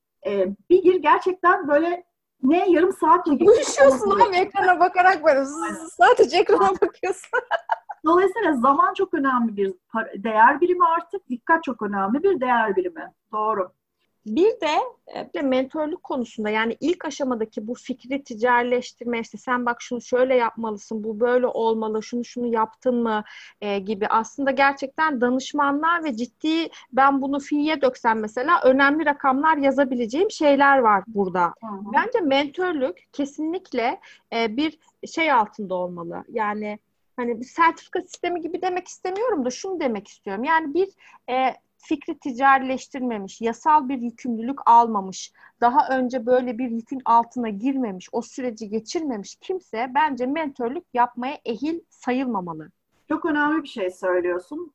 bir gir gerçekten böyle yarım saat mi geçiyor? Uyuşuyorsun abi ekrana bakarak böyle sadece ekrana bakıyorsun. Dolayısıyla zaman çok önemli bir değer birimi artık. Dikkat çok önemli bir değer birimi. Doğru. Bir de mentörlük konusunda yani ilk aşamadaki bu fikri ticarileştirme işte sen bak şunu şöyle yapmalısın, bu böyle olmalı, şunu yaptın mı gibi aslında gerçekten danışmanlar ve ciddi ben bunu fiiye döksem mesela önemli rakamlar yazabileceğim şeyler var burada. Hı-hı. Bence mentörlük kesinlikle bir şey altında olmalı. Yani hani bir sertifika sistemi gibi demek istemiyorum da şunu demek istiyorum. Yani bir fikri ticarileştirmemiş, yasal bir yükümlülük almamış, daha önce böyle bir yükün altına girmemiş, o süreci geçirmemiş kimse bence mentörlük yapmaya ehil sayılmamalı. Çok önemli bir şey söylüyorsun.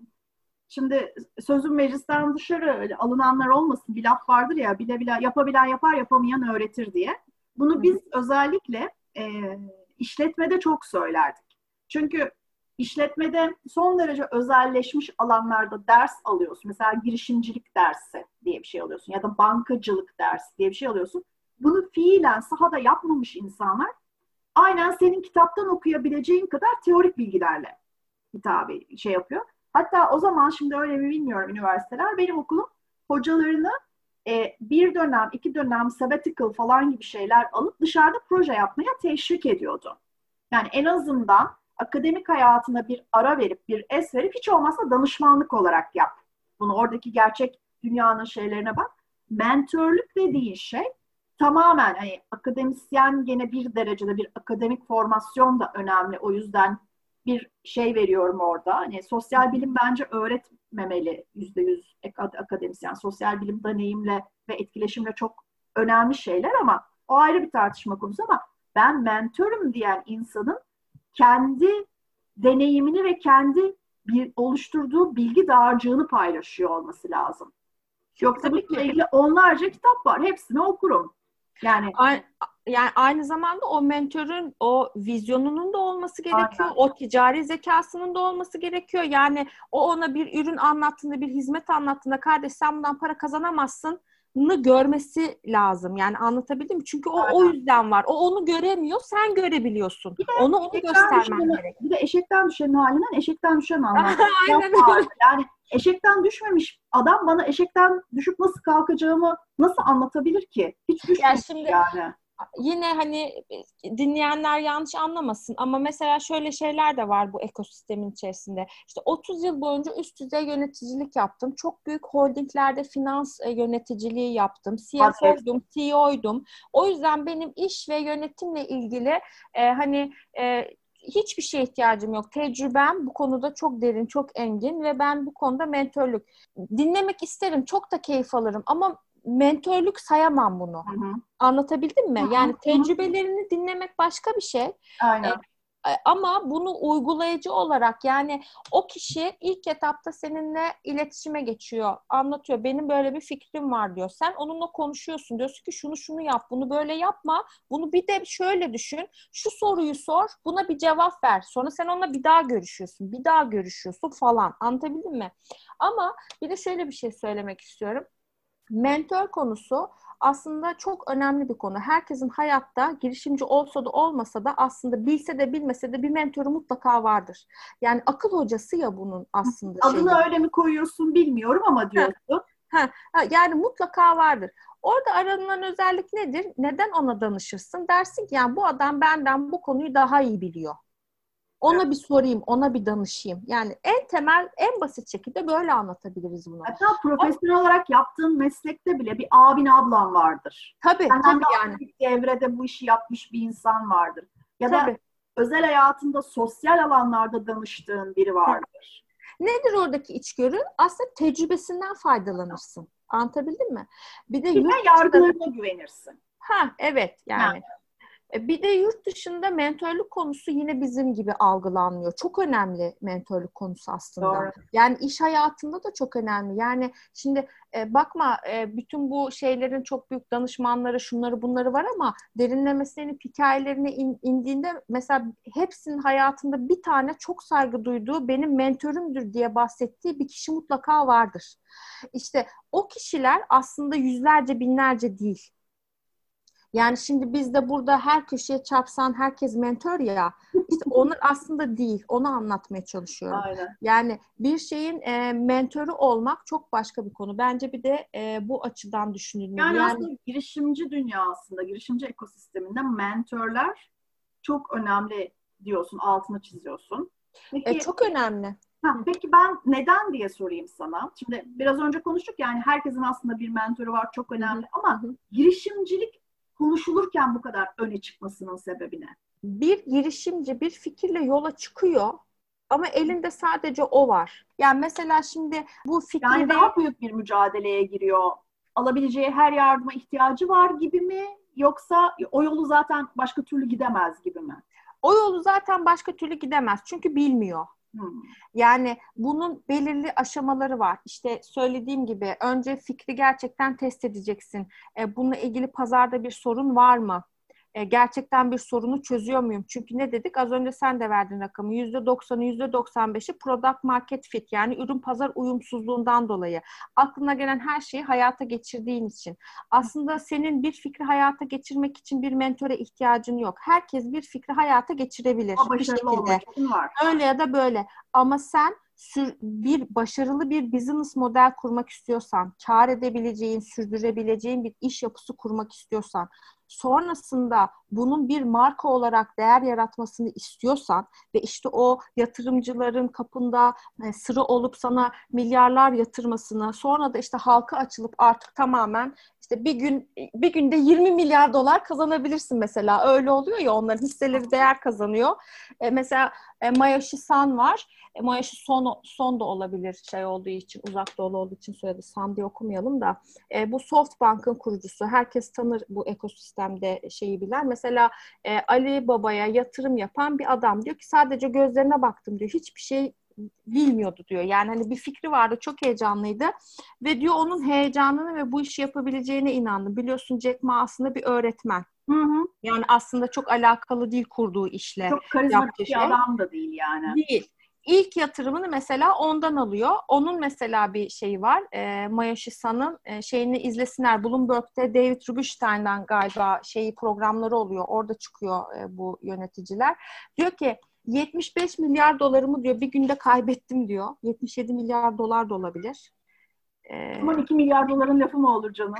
Şimdi sözün meclisten dışarı alınanlar olmasın. Bir laf vardır ya, yapabilen yapar, yapamayan öğretir diye. Bunu biz özellikle işletmede çok söylerdik. Çünkü İşletmede son derece özelleşmiş alanlarda ders alıyorsun. Mesela girişimcilik dersi diye bir şey alıyorsun ya da bankacılık dersi diye bir şey alıyorsun. Bunu fiilen sahada yapmamış insanlar aynen senin kitaptan okuyabileceğin kadar teorik bilgilerle hitabı şey yapıyor. Hatta o zaman şimdi öyle mi bilmiyorum üniversiteler. Benim okulum hocalarını bir dönem, 2 dönem sabbatical falan gibi şeyler alıp dışarıda proje yapmaya teşvik ediyordu. Yani en azından akademik hayatına bir ara verip, bir es verip hiç olmazsa danışmanlık olarak yap. Bunu oradaki gerçek dünyanın şeylerine bak. Mentörlük dediğin şey tamamen hani akademisyen gene bir derecede bir akademik formasyon da önemli. O yüzden bir şey veriyorum orada. Hani sosyal bilim bence öğretmemeli %100 akademisyen. Sosyal bilim deneyimle ve etkileşimle çok önemli şeyler ama o ayrı bir tartışma konusu ama ben mentörüm diyen insanın kendi deneyimini ve kendi oluşturduğu bilgi dağarcığını paylaşıyor olması lazım. Yoksa bununla ilgili onlarca kitap var. Hepsini okurum. Yani aynı zamanda o mentörün o vizyonunun da olması gerekiyor. aynen. O ticari zekasının da olması gerekiyor. Yani o ona bir ürün anlattığında, bir hizmet anlattığında kardeş sen bundan para kazanamazsın görmesi lazım. Yani anlatabildim mi? Çünkü o yüzden var. O onu göremiyor, sen görebiliyorsun. Onu göstermen gerek. Bir de eşekten düşenin halinden eşekten düşen anlar. Aynen öyle. Yani eşekten düşmemiş adam bana eşekten düşüp nasıl kalkacağımı nasıl anlatabilir ki? Hiç düşmemiş yani. Yine hani dinleyenler yanlış anlamasın ama mesela şöyle şeyler de var bu ekosistemin içerisinde. İşte 30 yıl boyunca üst düzey yöneticilik yaptım. Çok büyük holdinglerde finans yöneticiliği yaptım. CFO'ydum, CEO'ydum. O yüzden benim iş ve yönetimle ilgili hiçbir şeye ihtiyacım yok. Tecrübem bu konuda çok derin, çok engin ve ben bu konuda mentörlük dinlemek isterim. Çok da keyif alırım ama mentörlük sayamam bunu. Hı-hı. Anlatabildim mi? Hı-hı. Yani tecrübelerini dinlemek başka bir şey. Aynen. Ama bunu uygulayıcı olarak yani o kişi ilk etapta seninle iletişime geçiyor. Anlatıyor. Benim böyle bir fikrim var diyor. Sen onunla konuşuyorsun. Diyorsun ki şunu yap. Bunu böyle yapma. Bunu bir de şöyle düşün. Şu soruyu sor. Buna bir cevap ver. Sonra sen onunla bir daha görüşüyorsun. Bir daha görüşüyorsun falan. Anlatabildim mi? Ama bir de şöyle bir şey söylemek istiyorum. Mentor konusu aslında çok önemli bir konu. Herkesin hayatta girişimci olsa da olmasa da aslında bilse de bilmese de bir mentoru mutlaka vardır. Yani akıl hocası ya bunun aslında adını şeyi. öyle mi koyuyorsun bilmiyorum ama diyorsun. Yani mutlaka vardır. Orada aranılan özellik nedir? Neden ona danışırsın? Dersin ki yani bu adam benden bu konuyu daha iyi biliyor. Ona bir sorayım, ona bir danışayım. Yani en temel, en basit şekilde böyle anlatabiliriz bunu. Hatta profesyonel olarak yaptığın meslekte bile bir abin ablan vardır. Tabii yani. Bir evrede bu işi yapmış bir insan vardır. Ya tabii. da özel hayatında sosyal alanlarda danıştığın biri vardır. Nedir oradaki içgörü? Aslında tecrübesinden faydalanırsın. Anlatabildim mi? Bir de yargılarına güvenirsin. Evet yani. Bir de yurt dışında mentörlük konusu yine bizim gibi algılanmıyor. Çok önemli mentörlük konusu aslında. Doğru. Yani iş hayatında da çok önemli. Yani şimdi bakma bütün bu şeylerin çok büyük danışmanları, şunları bunları var ama derinlemesine hikayelerine indiğinde mesela hepsinin hayatında bir tane çok saygı duyduğu benim mentörümdür diye bahsettiği bir kişi mutlaka vardır. İşte o kişiler aslında yüzlerce, binlerce değil. Yani şimdi biz de burada her köşeye çarpsan herkes mentor ya. İşte onlar aslında değil. Onu anlatmaya çalışıyorum. Aynen. Yani bir şeyin mentörü olmak çok başka bir konu. Bence bir de bu açıdan düşünülmeli. Yani aslında girişimci dünyasında, girişimci ekosisteminde mentörler çok önemli diyorsun, altını çiziyorsun. Peki, çok önemli. Peki ben neden diye sorayım sana. Şimdi biraz önce konuştuk yani herkesin aslında bir mentörü var, çok önemli ama girişimcilik konuşulurken bu kadar öne çıkmasının sebebi ne? Bir girişimci bir fikirle yola çıkıyor ama elinde sadece o var. Yani mesela şimdi bu fikri... Yani daha büyük bir mücadeleye giriyor. Alabileceği her yardıma ihtiyacı var gibi mi? Yoksa o yolu zaten başka türlü gidemez gibi mi? O yolu zaten başka türlü gidemez. Çünkü bilmiyor. Yani bunun belirli aşamaları var. İşte söylediğim gibi önce fikri gerçekten test edeceksin. Bununla ilgili pazarda bir sorun var mı? Gerçekten bir sorunu çözüyor muyum? Çünkü ne dedik? Az önce sen de verdin rakamı. %90'ı, %95'i product market fit yani ürün pazar uyumsuzluğundan dolayı. Aklına gelen her şeyi hayata geçirdiğin için. Aslında senin bir fikri hayata geçirmek için bir mentöre ihtiyacın yok. Herkes bir fikri hayata geçirebilir bir şekilde. Öyle ya da böyle. Ama sen başarılı bir business model kurmak istiyorsan, kar edebileceğin, sürdürebileceğin bir iş yapısı kurmak istiyorsan, sonrasında bunun bir marka olarak değer yaratmasını istiyorsan ve işte o yatırımcıların kapında sıra olup sana milyarlar yatırmasını, sonra da işte halka açılıp artık tamamen işte bir günde 20 milyar dolar kazanabilirsin mesela. Öyle oluyor ya, onların hisseleri değer kazanıyor. Mesela Masayoshi Son var. Masayoshi Son da olabilir şey olduğu için, uzak doğulu olduğu için soyadı Son diye okumayalım da. Bu SoftBank'ın kurucusu. Herkes tanır bu ekosistemde şeyi bilen. Mesela Ali Baba'ya yatırım yapan bir adam diyor ki sadece gözlerine baktım diyor. Hiçbir şey bilmiyordu diyor. Yani hani bir fikri vardı, çok heyecanlıydı ve diyor onun heyecanını ve bu işi yapabileceğine inandım. Biliyorsun Jack Ma aslında bir öğretmen. Hı hı. Yani aslında çok alakalı değil kurduğu işle, Çok karizmatik yaptığı bir şey. adam da değil yani. Değil. İlk yatırımını mesela ondan alıyor. Onun mesela bir şeyi var. Masayoshi Son'un şeyini izlesinler. Bloomberg'de David Rubenstein'dan galiba programları oluyor. Orada çıkıyor bu yöneticiler. Diyor ki 75 milyar dolarımı diyor bir günde kaybettim diyor. 77 milyar dolar da olabilir. Aman 2 milyar doların lafı mı olur canım?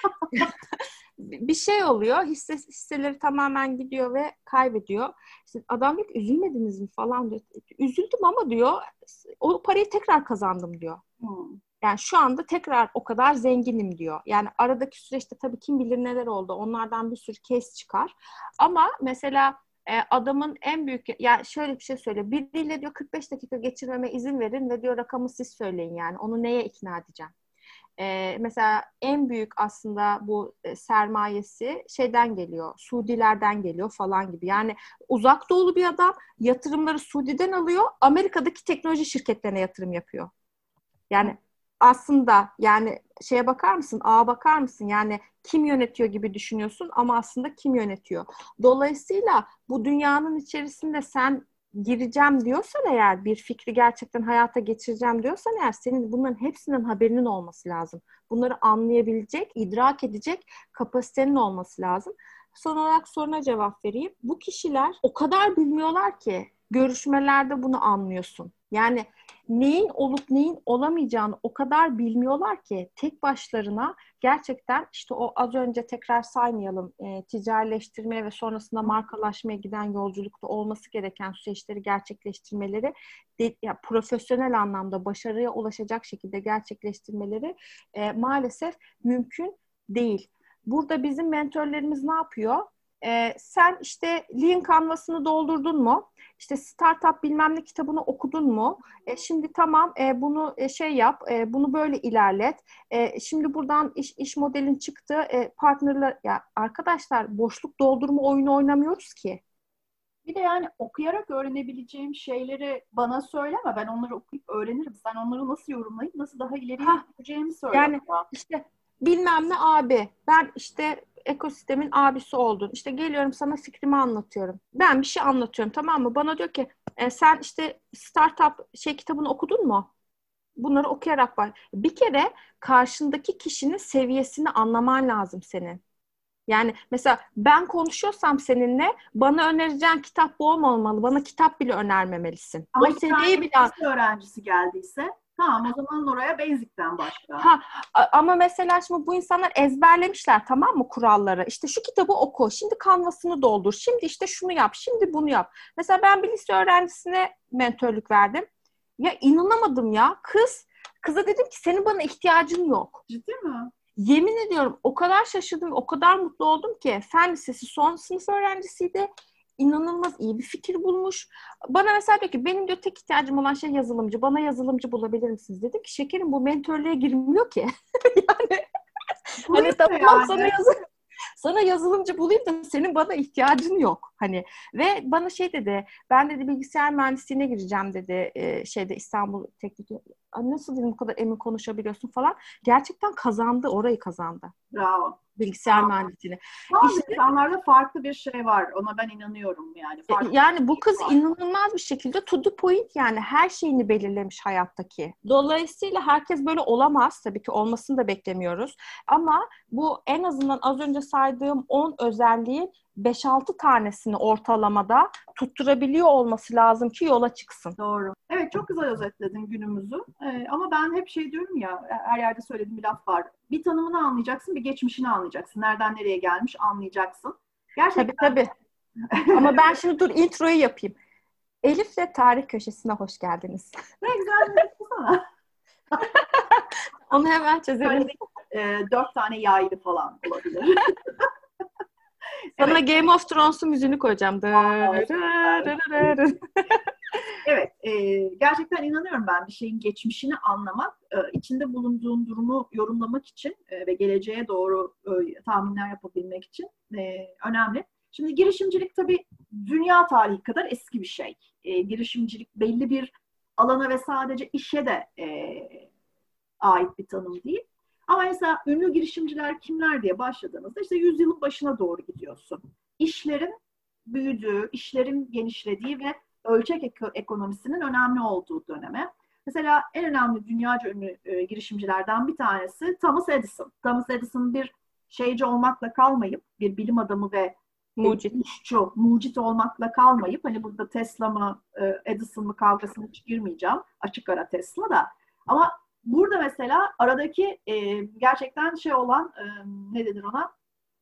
Bir şey oluyor. Hisseleri tamamen gidiyor ve kaybediyor. İşte adam diyor ki üzülmediniz mi falan diyor. Üzüldüm ama diyor o parayı tekrar kazandım diyor. Yani şu anda tekrar o kadar zenginim diyor. Yani aradaki süreçte tabii kim bilir neler oldu. Onlardan bir sürü case çıkar. Ama mesela adamın en büyük, ya şöyle bir şey söyle. Biriyle diyor 45 dakika geçirmeme izin verin ve diyor rakamı siz söyleyin yani. Onu neye ikna edeceğim? Mesela en büyük aslında bu sermayesi şeyden geliyor, Suudilerden geliyor falan gibi. Yani uzak doğulu bir adam yatırımları Suudi'den alıyor, Amerika'daki teknoloji şirketlerine yatırım yapıyor. Yani aslında yani şeye bakar mısın, ağa bakar mısın? Yani kim yönetiyor gibi düşünüyorsun ama aslında kim yönetiyor? Dolayısıyla bu dünyanın içerisinde sen gireceğim diyorsan eğer, bir fikri gerçekten hayata geçireceğim diyorsan eğer, senin bunların hepsinden haberinin olması lazım. Bunları anlayabilecek, idrak edecek kapasitenin olması lazım. Son olarak soruna cevap vereyim. Bu kişiler o kadar bilmiyorlar ki görüşmelerde bunu anlıyorsun. Yani neyin olup neyin olamayacağını o kadar bilmiyorlar ki tek başlarına gerçekten işte o az önce tekrar saymayalım ticarileştirmeye ve sonrasında markalaşmaya giden yolculukta olması gereken süreçleri gerçekleştirmeleri profesyonel anlamda başarıya ulaşacak şekilde gerçekleştirmeleri maalesef mümkün değil. Burada bizim mentörlerimiz ne yapıyor? Sen işte Lean Canvas'ını doldurdun mu? İşte Startup bilmem ne kitabını okudun mu? Şimdi tamam bunu şey yap, bunu böyle ilerlet. Şimdi buradan iş modelin çıktı. Partnerler, ya arkadaşlar boşluk doldurma oyunu oynamıyoruz ki. Bir de yani okuyarak öğrenebileceğim şeyleri bana söyleme. Ben onları okuyup öğrenirim. Sen onları nasıl yorumlayıp nasıl daha ileriye götüreceğimi söyle. Yani işte bilmem ne abi. Ben işte ekosistemin abisi oldun. İşte geliyorum sana fikrimi anlatıyorum. Ben bir şey anlatıyorum, tamam mı? Bana diyor ki sen işte startup kitabını okudun mu? Bunları okuyarak bak. Bir kere karşındaki kişinin seviyesini anlaman lazım senin. Yani mesela ben konuşuyorsam seninle bana önereceğin kitap bu olmamalı. Bana kitap bile önermemelisin. Ama O seviyeyi bile... öğrencisi geldiyse tamam, o zaman oraya Basic'ten başla. Ama mesela şimdi bu insanlar ezberlemişler, tamam mı, kuralları? İşte şu kitabı oku, şimdi kanvasını doldur, şimdi işte şunu yap, şimdi bunu yap. Mesela ben bir lise öğrencisine mentörlük verdim. Ya inanamadım ya. Kıza dedim ki senin bana ihtiyacın yok. Ciddi mi? Yemin ediyorum o kadar şaşırdım, o kadar mutlu oldum ki. Fen lisesi son sınıf öğrencisiydi. İnanılmaz iyi bir fikir bulmuş. Bana mesela diyor ki benim diyor tek ihtiyacım olan şey yazılımcı. Bana yazılımcı bulabilir misiniz? Dedim ki şekerim bu mentörlüğe girmiyor ki. Yani hani tamam yani. Sana yazılımcı bulayım da senin bana ihtiyacın yok. Hani ve bana şey dedi, ben dedi bilgisayar mühendisliğine gireceğim dedi İstanbul Teknik. Nasıl dedim bu kadar emin konuşabiliyorsun falan. Gerçekten kazandı, orayı kazandı. Bravo. Bilgisayar mühendisliğini. İşte, insanlarda farklı bir şey var. Ona ben inanıyorum yani. Yani bu kız inanılmaz bir şekilde to the point, yani her şeyini belirlemiş hayattaki. Dolayısıyla herkes böyle olamaz. Tabii ki olmasını da beklemiyoruz. Ama bu en azından az önce saydığım 10 özelliğin 5-6 tanesini ortalamada tutturabiliyor olması lazım ki yola çıksın. Doğru. Evet, çok güzel özetledin günümüzü. Ama ben hep şey diyorum ya, her yerde söylediğim bir laf var. Bir tanımını anlayacaksın, bir geçmişini anlayacaksın. Nereden nereye gelmiş anlayacaksın. Gerçekten. Tabii. Ama ben şimdi dur introyu yapayım. Elif'le Tarih Köşesi'ne hoş geldiniz. Ne güzel bir sana. Onu hemen çözelim. 4 tane yaylı falan olabilir. Sana evet. Game of Thrones'un müziğini koyacağım. Evet, gerçekten inanıyorum ben bir şeyin geçmişini anlamak, içinde bulunduğun durumu yorumlamak için ve geleceğe doğru tahminler yapabilmek için önemli. Şimdi girişimcilik tabii dünya tarihi kadar eski bir şey. Girişimcilik belli bir alana ve sadece işe de ait bir tanım değil. Ama mesela ünlü girişimciler kimler diye başladığınızda işte yüzyılın başına doğru gidiyorsun. İşlerin büyüdüğü, işlerin genişlediği ve ölçek ekonomisinin önemli olduğu döneme. Mesela en önemli dünyaca ünlü girişimcilerden bir tanesi Thomas Edison. Thomas Edison bir şeyci olmakla kalmayıp, bir bilim adamı ve mucit olmakla kalmayıp, hani burada Tesla mı Edison mı kavgasına hiç girmeyeceğim. Açık ara Tesla da. Ama burada mesela aradaki gerçekten şey olan ne denir ona?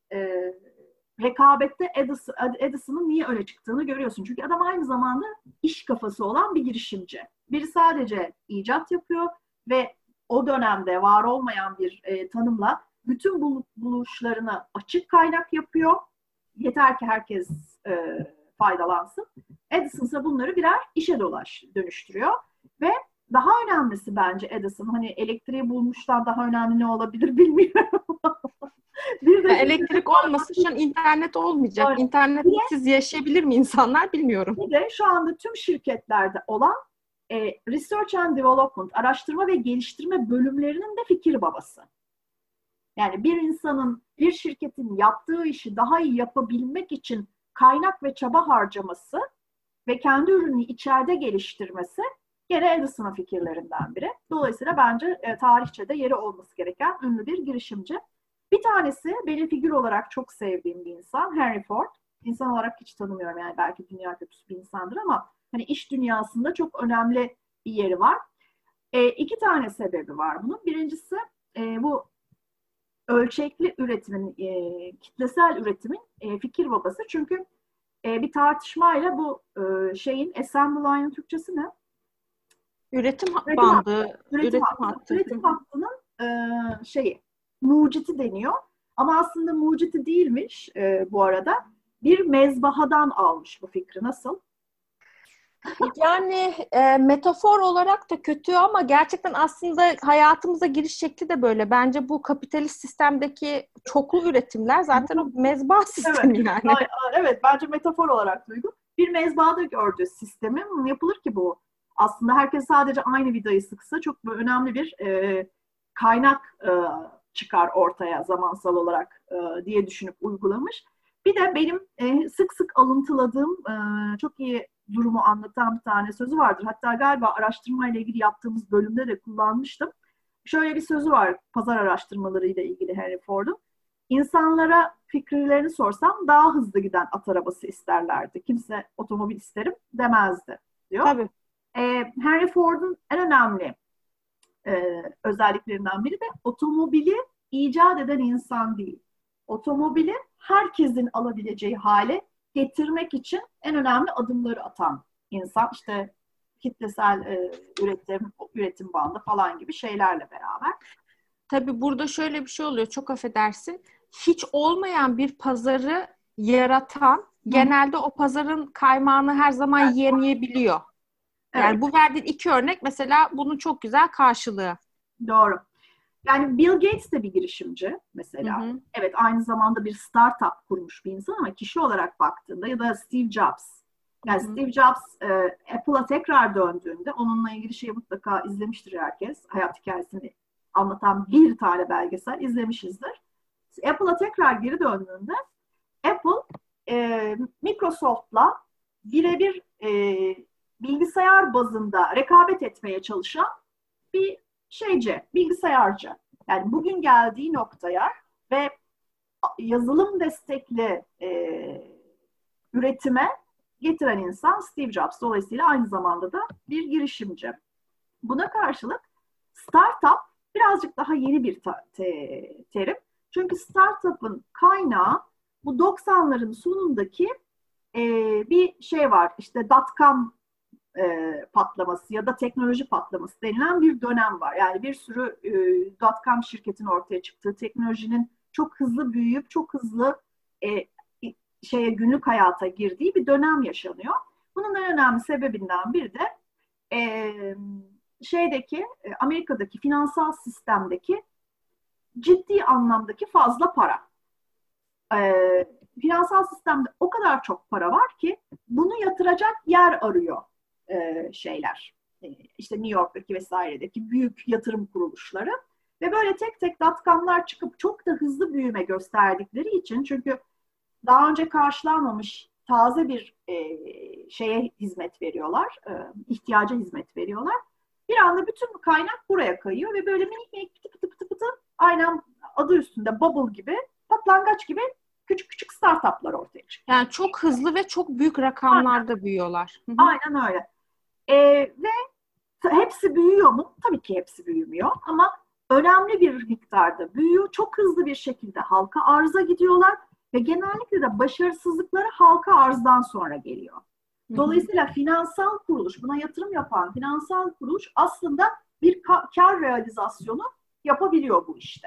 Rekabette Edison'ın niye öne çıktığını görüyorsun. Çünkü adam aynı zamanda iş kafası olan bir girişimci. Biri sadece icat yapıyor ve o dönemde var olmayan bir tanımla bütün buluşlarını açık kaynak yapıyor. Yeter ki herkes faydalansın. Edison ise bunları birer işe dönüştürüyor. Ve daha önemlisi bence Edison, hani elektriği bulmuştan daha önemli ne olabilir bilmiyorum. Bir de elektrik olmasa şu an internet olmayacak. Evet. İnternetsiz yaşayabilir mi insanlar bilmiyorum. Bir de şu anda tüm şirketlerde olan Research and Development, araştırma ve geliştirme bölümlerinin de fikir babası. Yani bir insanın, bir şirketin yaptığı işi daha iyi yapabilmek için kaynak ve çaba harcaması ve kendi ürünü içeride geliştirmesi gene Edison'ın fikirlerinden biri. Dolayısıyla bence tarihçede yeri olması gereken ünlü bir girişimci. Bir tanesi benim figür olarak çok sevdiğim bir insan, Henry Ford. İnsan olarak hiç tanımıyorum, yani belki dünya kötüsü bir insandır ama hani iş dünyasında çok önemli bir yeri var. 2 tane sebebi var bunun. Birincisi bu ölçekli üretimin, kitlesel üretimin fikir babası. Çünkü bir tartışmayla bu şeyin assembly line'ın Türkçesi ne? Üretim bandı. Üretim hattının muciti deniyor. Ama aslında muciti değilmiş bu arada. Bir mezbahadan almış bu fikri. Nasıl? Yani metafor olarak da kötü ama gerçekten aslında hayatımıza giriş şekli de böyle. Bence bu kapitalist sistemdeki çoklu üretimler zaten o mezba sistemi evet. yani. Evet, bence metafor olarak duydum. Bir mezbahada gördüğü sistemi yapılır ki bu. Aslında herkes sadece aynı vidayı sıksa çok önemli bir kaynak çıkar ortaya zamansal olarak diye düşünüp uygulamış. Bir de benim sık sık alıntıladığım çok iyi durumu anlatan bir tane sözü vardır. Hatta galiba araştırmayla ilgili yaptığımız bölümde de kullanmıştım. Şöyle bir sözü var pazar araştırmalarıyla ilgili Henry Ford'un. İnsanlara fikirlerini sorsam daha hızlı giden at arabası isterlerdi. Kimse otomobil isterim demezdi diyor. Tabii. Henry Ford'un en önemli özelliklerinden biri de otomobili icat eden insan değil. Otomobili herkesin alabileceği hale getirmek için en önemli adımları atan insan. İşte kitlesel üretim bandı falan gibi şeylerle beraber. Tabii burada şöyle bir şey oluyor. Çok affedersin. Hiç olmayan bir pazarı yaratan genelde o pazarın kaymağını her zaman yiyemeyebiliyor. Yani evet. Bu verdiğin 2 örnek mesela bunun çok güzel karşılığı. Doğru. Yani Bill Gates de bir girişimci mesela. Hı hı. Evet, aynı zamanda bir startup kurmuş bir insan ama kişi olarak baktığında ya da Steve Jobs. Yani hı hı. Steve Jobs Apple'a tekrar döndüğünde onunla ilgili şeyi mutlaka izlemiştir herkes. Hayat hikayesini anlatan bir tane belgesel izlemişizdir. Apple'a tekrar geri döndüğünde Apple Microsoft'la birebir bilgisayar bazında rekabet etmeye çalışan bir bilgisayarcı. Yani bugün geldiği noktaya ve yazılım destekli üretime getiren insan Steve Jobs. Dolayısıyla aynı zamanda da bir girişimci. Buna karşılık startup birazcık daha yeni bir terim. Çünkü startup'ın kaynağı bu 90'ların sonundaki bir şey var. İşte dot-com patlaması ya da teknoloji patlaması denilen bir dönem var. Yani bir sürü dot-com şirketin ortaya çıktığı, teknolojinin çok hızlı büyüyüp çok hızlı günlük hayata girdiği bir dönem yaşanıyor. Bunun en önemli sebebinden biri de Amerika'daki finansal sistemdeki ciddi anlamdaki fazla para. Finansal sistemde o kadar çok para var ki bunu yatıracak yer arıyor İşte New York'taki vesairedeki büyük yatırım kuruluşları ve böyle tek tek dot-com'lar çıkıp çok da hızlı büyüme gösterdikleri için, çünkü daha önce karşılanmamış taze bir hizmet veriyorlar, ihtiyaca hizmet veriyorlar. Bir anda bütün kaynak buraya kayıyor ve böyle minik minik pıtı pıtı pıtı aynen adı üstünde bubble gibi, patlangaç gibi küçük küçük startuplar ortaya çıkıyor. Yani çok hızlı ve çok büyük rakamlarda büyüyorlar. Aynen öyle. Ve hepsi büyüyor mu? Tabii ki hepsi büyümüyor ama önemli bir miktarda büyüyor. Çok hızlı bir şekilde halka arza gidiyorlar ve genellikle de başarısızlıkları halka arzdan sonra geliyor. Dolayısıyla finansal kuruluş, buna yatırım yapan finansal kuruluş aslında bir kar realizasyonu yapabiliyor bu işte.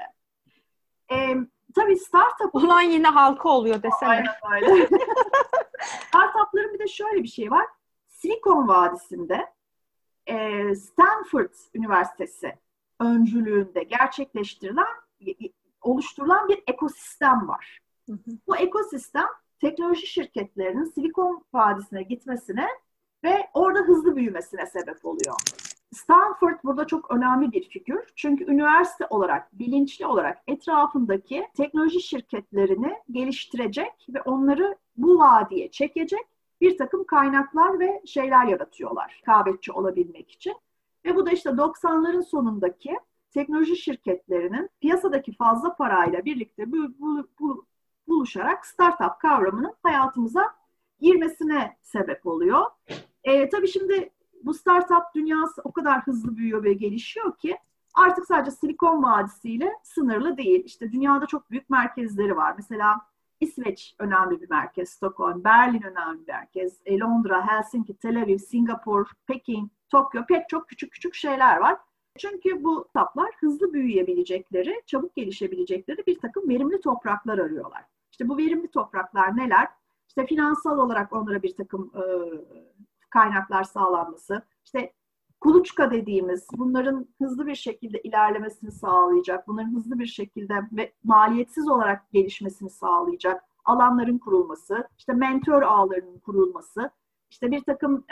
Tabii startup olan yine halka oluyor desene. Aynen öyle. Startupların bir de şöyle bir şey var. Silikon Vadisi'nde Stanford Üniversitesi öncülüğünde oluşturulan bir ekosistem var. Bu ekosistem teknoloji şirketlerinin Silikon Vadisi'ne gitmesine ve orada hızlı büyümesine sebep oluyor. Stanford burada çok önemli bir figür. Çünkü üniversite olarak, bilinçli olarak etrafındaki teknoloji şirketlerini geliştirecek ve onları bu vadiye çekecek bir takım kaynaklar ve şeyler yaratıyorlar rekabetçi olabilmek için. Ve bu da işte 90'ların sonundaki teknoloji şirketlerinin piyasadaki fazla parayla birlikte buluşarak startup kavramının hayatımıza girmesine sebep oluyor. Tabii şimdi bu startup dünyası o kadar hızlı büyüyor ve gelişiyor ki artık sadece Silikon Vadisi ile sınırlı değil. İşte dünyada çok büyük merkezleri var. Mesela İsveç önemli bir merkez, Stockholm, Berlin önemli bir merkez, Londra, Helsinki, Tel Aviv, Singapur, Pekin, Tokyo, pek çok küçük küçük şeyler var. Çünkü bu startuplar hızlı büyüyebilecekleri, çabuk gelişebilecekleri bir takım verimli topraklar arıyorlar. İşte bu verimli topraklar neler? İşte finansal olarak onlara bir takım kaynaklar sağlanması, işte kuluçka dediğimiz, bunların hızlı bir şekilde ilerlemesini sağlayacak, bunların hızlı bir şekilde ve maliyetsiz olarak gelişmesini sağlayacak alanların kurulması, işte mentor ağlarının kurulması, işte bir takım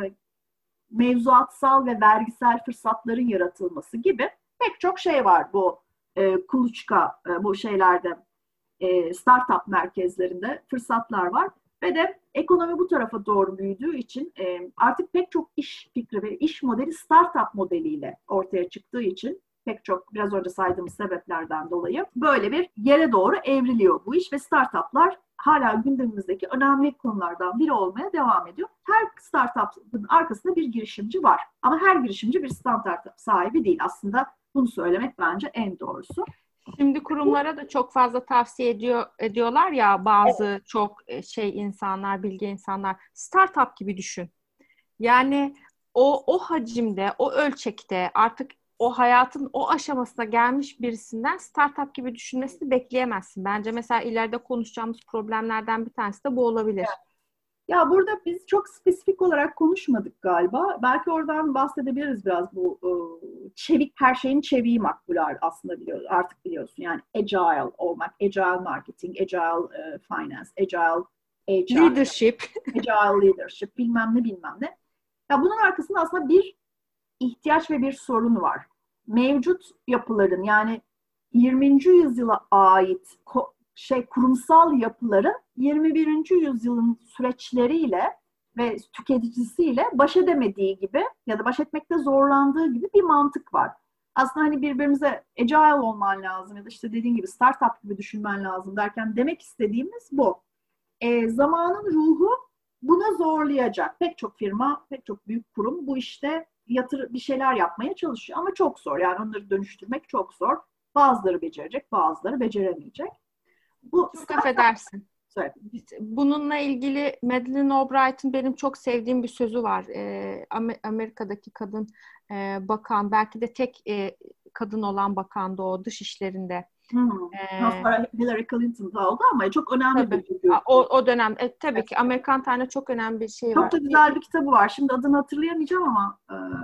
mevzuatsal ve vergisel fırsatların yaratılması gibi pek çok şey var bu kuluçka, bu şeylerde, startup merkezlerinde fırsatlar var. Ve de ekonomi bu tarafa doğru büyüdüğü için artık pek çok iş fikri ve iş modeli startup modeliyle ortaya çıktığı için pek çok biraz önce saydığımız sebeplerden dolayı böyle bir yere doğru evriliyor bu iş ve startuplar hala gündemimizdeki önemli konulardan biri olmaya devam ediyor. Her startup'ın arkasında bir girişimci var ama her girişimci bir startup sahibi değil. Aslında bunu söylemek bence en doğrusu. Şimdi kurumlara da çok fazla tavsiye ediyorlar ya bazı çok insanlar, bilge insanlar, startup gibi düşün. Yani o hacimde, o ölçekte artık o hayatın o aşamasına gelmiş birisinden startup gibi düşünmesini bekleyemezsin. Bence mesela ileride konuşacağımız problemlerden bir tanesi de bu olabilir. Ya burada biz çok spesifik olarak konuşmadık galiba. Belki oradan bahsedebiliriz biraz bu çevik, her şeyin çeviği makbular aslında artık biliyorsun. Yani agile olmak, agile marketing, agile finance, agile HR, leadership, agile leadership, bilmem ne. Ya bunun arkasında aslında bir ihtiyaç ve bir sorun var. Mevcut yapıların, yani 20. yüzyıla ait kurumsal yapıları 21. yüzyılın süreçleriyle ve tüketicisiyle baş edemediği gibi ya da baş etmekte zorlandığı gibi bir mantık var. aslında hani birbirimize agile olman lazım ya da işte dediğin gibi startup gibi düşünmen lazım derken demek istediğimiz bu. Zamanın ruhu buna zorlayacak. Pek çok firma, pek çok büyük kurum bu işte bir şeyler yapmaya çalışıyor ama çok zor. Yani onları dönüştürmek çok zor. Bazıları becerecek, bazıları beceremeyecek. Çok affedersin. Söyle. Bununla ilgili Madeleine Albright'ın benim çok sevdiğim bir sözü var. Amerika'daki kadın bakan, belki de tek kadın olan bakandı o dış işlerinde. Sonra Hillary Clinton'da oldu ama çok önemli bir figür. O dönem tabii ki Amerikan tarihinde çok önemli bir şey var. Çok da güzel bir kitabı var. Şimdi adını hatırlayamayacağım ama.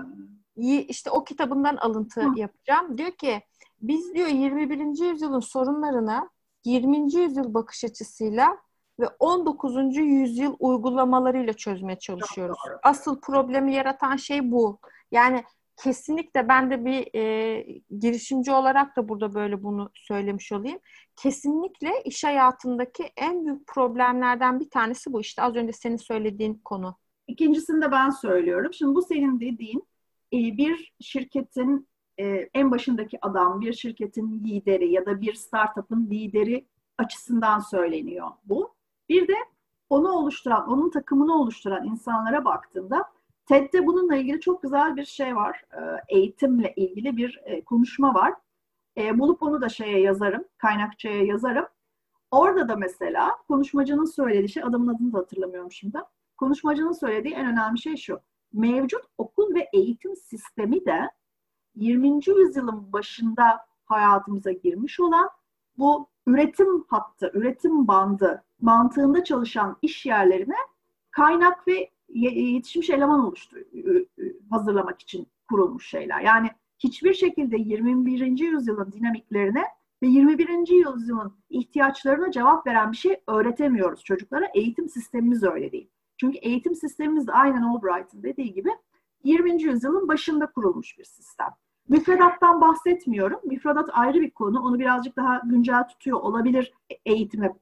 İşte o kitabından alıntı yapacağım. Diyor ki biz diyor 21. yüzyılın sorunlarını 20. yüzyıl bakış açısıyla ve 19. yüzyıl uygulamalarıyla çözmeye çalışıyoruz. Asıl problemi yaratan şey bu. Yani kesinlikle ben de bir girişimci olarak da burada böyle bunu söylemiş olayım. Kesinlikle iş hayatındaki en büyük problemlerden bir tanesi bu. İşte az önce senin söylediğin konu. İkincisini de ben söylüyorum. Şimdi bu senin dediğin bir şirketin en başındaki adam, bir şirketin lideri ya da bir startup'ın lideri açısından söyleniyor bu. Bir de onu oluşturan, onun takımını oluşturan insanlara baktığında TED'de bununla ilgili çok güzel bir şey var. Eğitimle ilgili bir konuşma var. Bulup onu da yazarım, kaynakçaya yazarım. Orada da mesela konuşmacının söylediği şey, adamın adını da hatırlamıyorum şimdi. Konuşmacının söylediği en önemli şey şu. Mevcut okul ve eğitim sistemi de 20. yüzyılın başında hayatımıza girmiş olan bu üretim hattı, üretim bandı mantığında çalışan iş yerlerine kaynak ve yetişmiş eleman hazırlamak için kurulmuş şeyler. Yani hiçbir şekilde 21. yüzyılın dinamiklerine ve 21. yüzyılın ihtiyaçlarına cevap veren bir şey öğretemiyoruz çocuklara. Eğitim sistemimiz öyle değil. Çünkü eğitim sistemimiz de aynen Albright'ın dediği gibi 20. yüzyılın başında kurulmuş bir sistem. Müfredattan bahsetmiyorum. Müfredat ayrı bir konu. Onu birazcık daha güncel tutuyor olabilir eğitime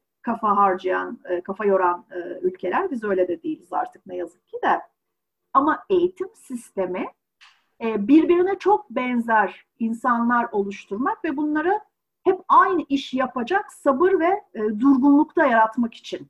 kafa yoran ülkeler. Biz öyle de değiliz artık ne yazık ki de. Ama eğitim sistemi birbirine çok benzer insanlar oluşturmak ve bunları hep aynı iş yapacak sabır ve durgunlukta yaratmak için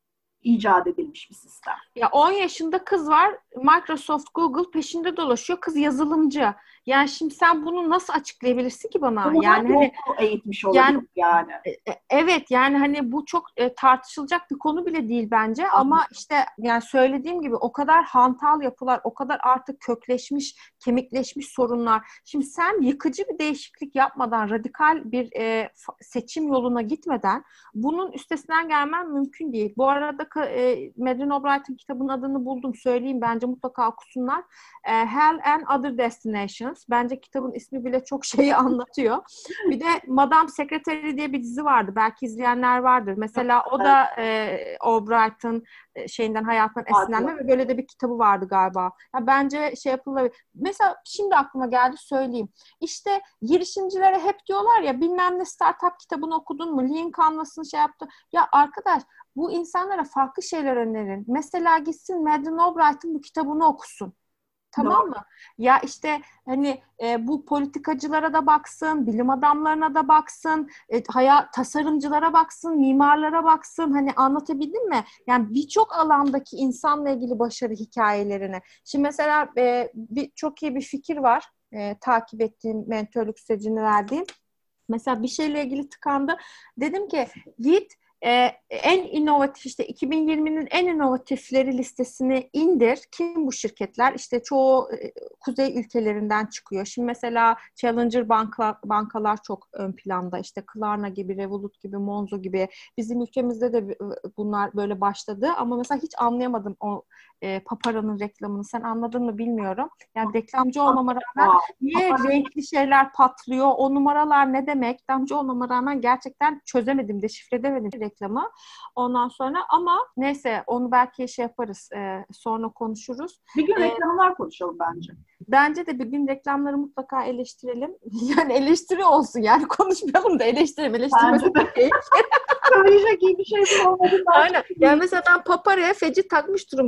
icat edilmiş bir sistem. Ya 10 yaşında kız var, Microsoft, Google peşinde dolaşıyor. Kız yazılımcı. Yani şimdi sen bunu nasıl açıklayabilirsin ki bana? Ama yani hani eğitmiş olabilir yani. Evet yani hani bu çok tartışılacak bir konu bile değil bence. Ama işte yani söylediğim gibi o kadar hantal yapılar, o kadar artık kökleşmiş, kemikleşmiş sorunlar. Şimdi sen yıkıcı bir değişiklik yapmadan, radikal bir seçim yoluna gitmeden bunun üstesinden gelmen mümkün değil. Bu arada Madeleine Albright'ın kitabının adını buldum, söyleyeyim, bence mutlaka okusunlar. Hell and Other Destinations. Bence kitabın ismi bile çok şeyi anlatıyor. Bir de Madame Secretary diye bir dizi vardı. Belki izleyenler vardır. Mesela o da Albright'ın hayatından esinlenme ve böyle de bir kitabı vardı galiba. Ya bence yapılabilir. Mesela şimdi aklıma geldi, söyleyeyim. İşte girişimcilere hep diyorlar ya, bilmem ne startup kitabını okudun mu? Lean Canvas'ın yaptı. Ya arkadaş, bu insanlara farklı şeyler önerin. Mesela gitsin Madeleine Albright'ın bu kitabını okusun. Tamam mı? Ya işte hani bu politikacılara da baksın, bilim adamlarına da baksın, tasarımcılara baksın, mimarlara baksın. Hani anlatabildim mi? Yani birçok alandaki insanla ilgili başarı hikayelerini. Şimdi mesela çok iyi bir fikir var. Takip ettiğim, mentörlük sürecini verdiğim. Mesela bir şeyle ilgili tıkandı. Dedim ki git en inovatif, işte 2020'nin en inovatifleri listesini indir. Kim bu şirketler? İşte çoğu kuzey ülkelerinden çıkıyor. Şimdi mesela Challenger bankalar çok ön planda. İşte Klarna gibi, Revolut gibi, Monzo gibi. Bizim ülkemizde de bunlar böyle başladı. Ama mesela hiç anlayamadım o Papara'nın reklamını. Sen anladın mı bilmiyorum. Yani reklamcı olmama rağmen niye renkli şeyler patlıyor? O numaralar ne demek? Reklamcı olmama rağmen gerçekten çözemedim, deşifre edemedim reklamı. Ondan sonra ama neyse, onu belki yaparız. Sonra konuşuruz. Bir gün reklamlar konuşalım bence. Bence de bir gün reklamları mutlaka eleştirelim. Yani eleştiri olsun. Yani konuşmayalım da eleştirelim. Eleştirmesi de keyifli. Söyleyecek iyi bir şey olmadı. Aynen. Yani mesela ben Papara'ya feci takmış durumdayım. Yani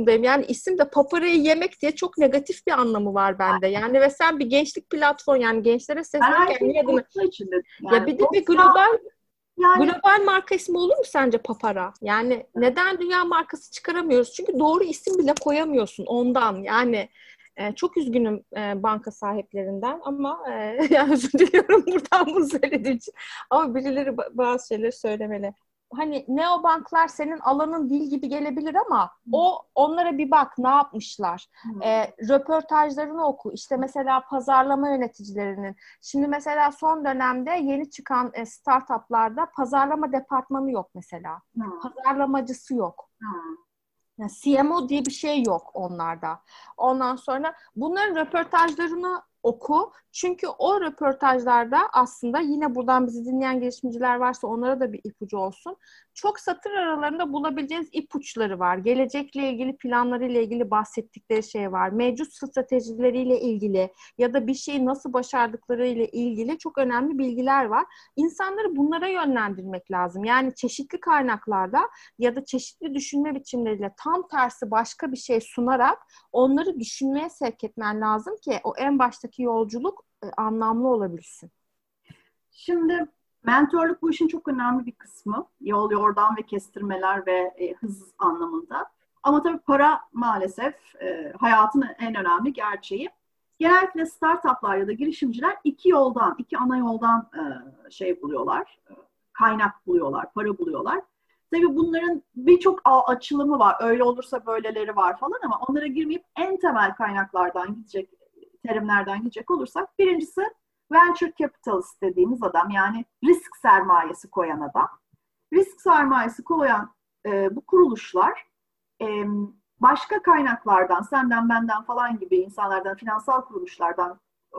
Yani isim de paparayı yemek diye çok negatif bir anlamı var bende. Yani ve sen bir gençlik platformu, yani gençlere Ben her seslenirken şeyi niye adını... korktuğu için de Ya yani bir de bir sosyal yani global marka ismi olur mu sence papara? Yani neden dünya markası çıkaramıyoruz? Çünkü doğru isim bile koyamıyorsun ondan. Yani çok üzgünüm banka sahiplerinden ama yani özür diliyorum buradan bunu söylediğim için. Ama birileri bazı şeyleri söylemeli. Hani neobanklar senin alanın değil gibi gelebilir ama onlara bir bak ne yapmışlar. Röportajlarını oku. İşte mesela pazarlama yöneticilerinin. Şimdi mesela son dönemde yeni çıkan startuplarda pazarlama departmanı yok mesela. Pazarlamacısı yok. Yani CMO diye bir şey yok onlarda. Ondan sonra bunların röportajlarını oku. Çünkü o röportajlarda aslında yine buradan bizi dinleyen girişimciler varsa onlara da bir ipucu olsun. Çok satır aralarında bulabileceğiniz ipuçları var. Gelecekle ilgili planlarıyla ilgili bahsettikleri şey var. Mevcut stratejileriyle ilgili ya da bir şeyi nasıl başardıklarıyla ilgili çok önemli bilgiler var. İnsanları bunlara yönlendirmek lazım. Yani çeşitli kaynaklarda ya da çeşitli düşünme biçimleriyle tam tersi başka bir şey sunarak onları düşünmeye sevk etmen lazım ki o en baştaki yolculuk anlamlı olabilsin. Şimdi mentorluk bu işin çok önemli bir kısmı. Yol yordam ve kestirmeler ve hız anlamında. Ama tabii para maalesef hayatın en önemli gerçeği. Genellikle startuplar ya da girişimciler iki ana yoldan şey buluyorlar, kaynak buluyorlar, para buluyorlar. Tabii bunların birçok açılımı var. Öyle olursa böyleleri var falan ama onlara girmeyip en temel kaynaklardan gidecek, terimlerden gidecek olursak birincisi venture capitalist dediğimiz adam, yani risk sermayesi koyan adam. Risk sermayesi koyan bu kuruluşlar başka kaynaklardan, senden benden falan gibi insanlardan, finansal kuruluşlardan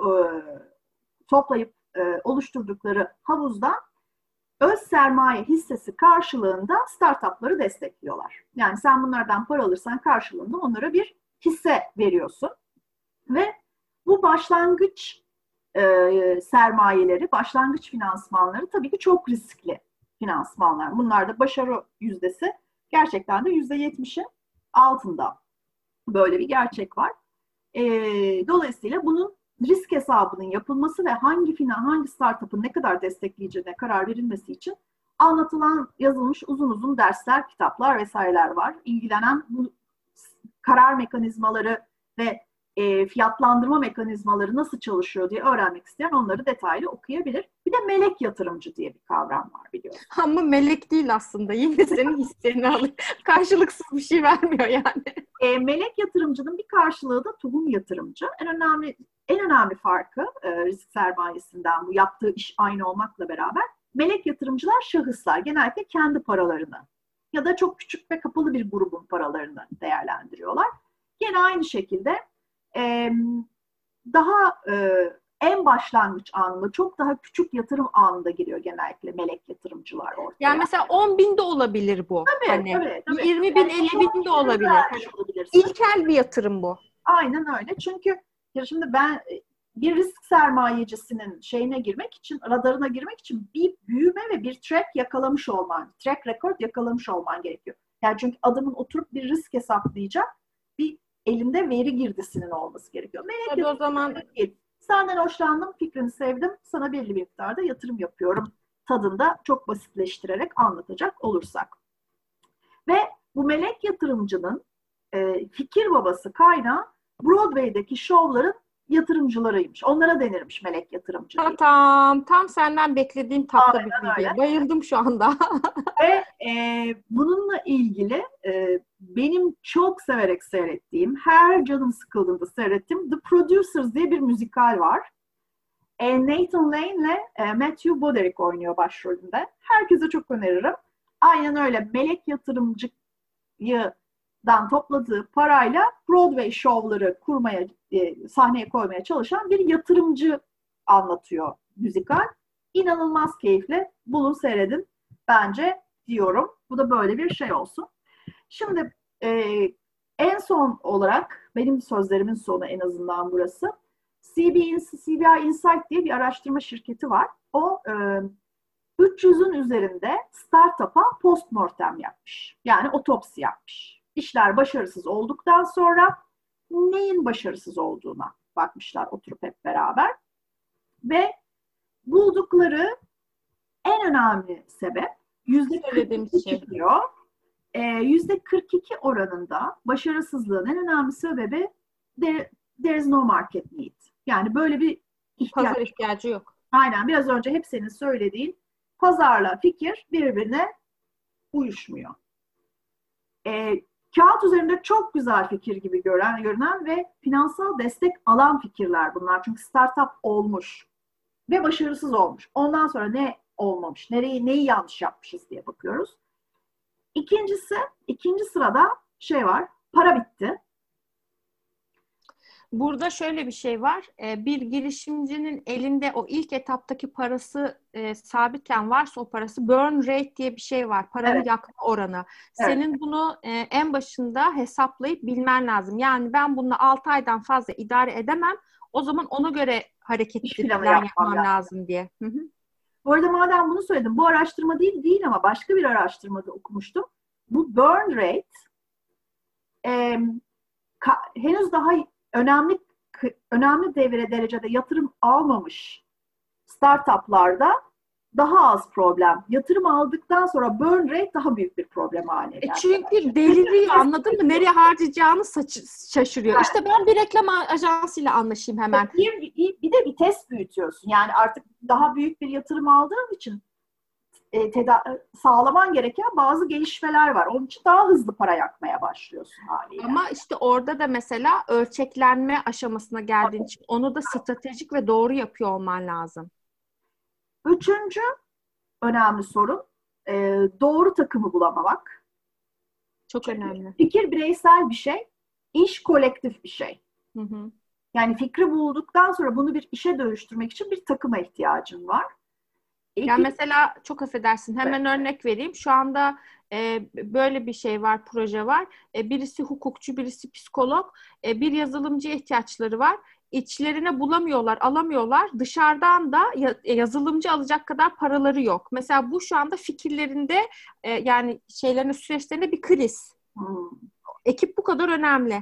toplayıp oluşturdukları havuzdan öz sermaye hissesi karşılığında startupları destekliyorlar. Yani sen bunlardan para alırsan karşılığında onlara bir hisse veriyorsun. Ve bu başlangıç sermayeleri, başlangıç finansmanları tabii ki çok riskli finansmanlar. Bunlarda başarı yüzdesi gerçekten de %70'in altında. Böyle bir gerçek var. Dolayısıyla bunun risk hesabının yapılması ve hangi startup'ın ne kadar destekleyeceğine karar verilmesi için anlatılan, yazılmış uzun uzun dersler, kitaplar vesaireler var. İlgilenen bu karar mekanizmaları ve fiyatlandırma mekanizmaları nasıl çalışıyor diye öğrenmek isteyen onları detaylı okuyabilir. Bir de melek yatırımcı diye bir kavram var, biliyorsun. Ama melek değil aslında. Yine senin hisseni alıyor. Karşılıksız bir şey vermiyor yani. Melek yatırımcının bir karşılığı da tohum yatırımcı. En önemli farkı risk sermayesinden, bu yaptığı iş aynı olmakla beraber, melek yatırımcılar şahıslar. Genellikle kendi paralarını ya da çok küçük ve kapalı bir grubun paralarını değerlendiriyorlar. Gene aynı şekilde daha en başlangıç anında, çok daha küçük yatırım anında giriyor genellikle melek yatırımcılar ortaya. Yani mesela 10.000 de olabilir bu. Tabii, hani tabii. 20 bin, Yani 50 bin de olabilir. İlkel bir yatırım bu. Aynen öyle. Çünkü ya şimdi ben bir risk sermayecisinin şeyine girmek için, radarına girmek için bir büyüme ve bir track record yakalamış olman gerekiyor. Yani çünkü adamın oturup bir risk hesaplayacak bir elinde veri girdisinin olması gerekiyor. Tabii o zaman senden hoşlandım, fikrini sevdim, sana belli bir miktarda yatırım yapıyorum tadında, çok basitleştirerek anlatacak olursak. Ve bu melek yatırımcının fikir babası kaynağı Broadway'deki şovların yatırımcılarıymış. Onlara denirmiş melek yatırımcı diye. Tam senden beklediğim tapta bir video. Bayıldım şu anda. Ve bununla ilgili benim çok severek seyrettiğim, her canım sıkıldığında seyrettiğim The Producers diye bir müzikal var. Nathan Lane ile Matthew Broderick oynuyor başrolünde. Herkese çok öneririm. Aynen öyle, melek yatırımcıdan topladığı parayla Broadway şovları kurmaya, sahneye koymaya çalışan bir yatırımcı anlatıyor müzikal. İnanılmaz keyifli. Bulun, seyredin bence diyorum. Bu da böyle bir şey olsun. Şimdi en son olarak, benim sözlerimin sonu en azından burası, CBI Insight diye bir araştırma şirketi var. O 300'ün üzerinde startup'a postmortem yapmış. Yani otopsi yapmış. işler başarısız olduktan sonra neyin başarısız olduğuna bakmışlar oturup hep beraber. Ve buldukları en önemli sebep %42 çıkıyor. %42 oranında başarısızlığın en önemli sebebi there is no market need. Yani böyle bir Pazar ihtiyacı yok. Aynen, biraz önce hep senin söylediğin pazarla fikir birbirine uyuşmuyor. Kağıt üzerinde çok güzel fikir gibi görünen ve finansal destek alan fikirler bunlar. Çünkü startup olmuş ve başarısız olmuş. Ondan sonra ne olmamış, neyi yanlış yapmışız diye bakıyoruz. İkinci sırada şey var, para bitti. Burada şöyle bir şey var. Bir girişimcinin elinde o ilk etaptaki parası sabitken varsa o parası burn rate diye bir şey var. Paranı yakma oranı. Evet. Senin bunu en başında hesaplayıp bilmen lazım. Yani ben bunu 6 aydan fazla idare edemem. O zaman ona göre hareketli plan yapmam lazım diye. Hı-hı. Bu arada madem bunu söyledim, bu araştırma değil ama başka bir araştırmada okumuştum. Bu burn rate henüz daha önemli derecede yatırım almamış startuplarda daha az problem. Yatırım aldıktan sonra burn rate daha büyük bir problem haline geldi. Çünkü deliriyor, anladın mı? Nereye harcayacağını şaşırıyor. Evet. İşte ben bir reklam ajansıyla anlaşayım hemen. Bir de vites büyütüyorsun. Yani artık daha büyük bir yatırım aldığın için sağlaman gereken bazı gelişmeler var. Onun için daha hızlı para yakmaya başlıyorsun haliyle. Ama işte orada da mesela ölçeklenme aşamasına geldiğin için onu da stratejik ve doğru yapıyor olman lazım. Üçüncü önemli sorun doğru takımı bulamamak. Çok önemli. Fikir bireysel bir şey, iş kolektif bir şey. Hı. Yani fikri bulduktan sonra bunu bir işe dönüştürmek için bir takıma ihtiyacın var. Ya mesela çok affedersin hemen örnek vereyim. Şu anda böyle bir şey var, proje var. Birisi hukukçu, birisi psikolog. Bir yazılımcıya ihtiyaçları var. İçlerine bulamıyorlar, alamıyorlar. Dışarıdan da yazılımcı alacak kadar paraları yok. Mesela bu şu anda fikirlerinde yani süreçlerinde bir kriz. Ekip bu kadar önemli.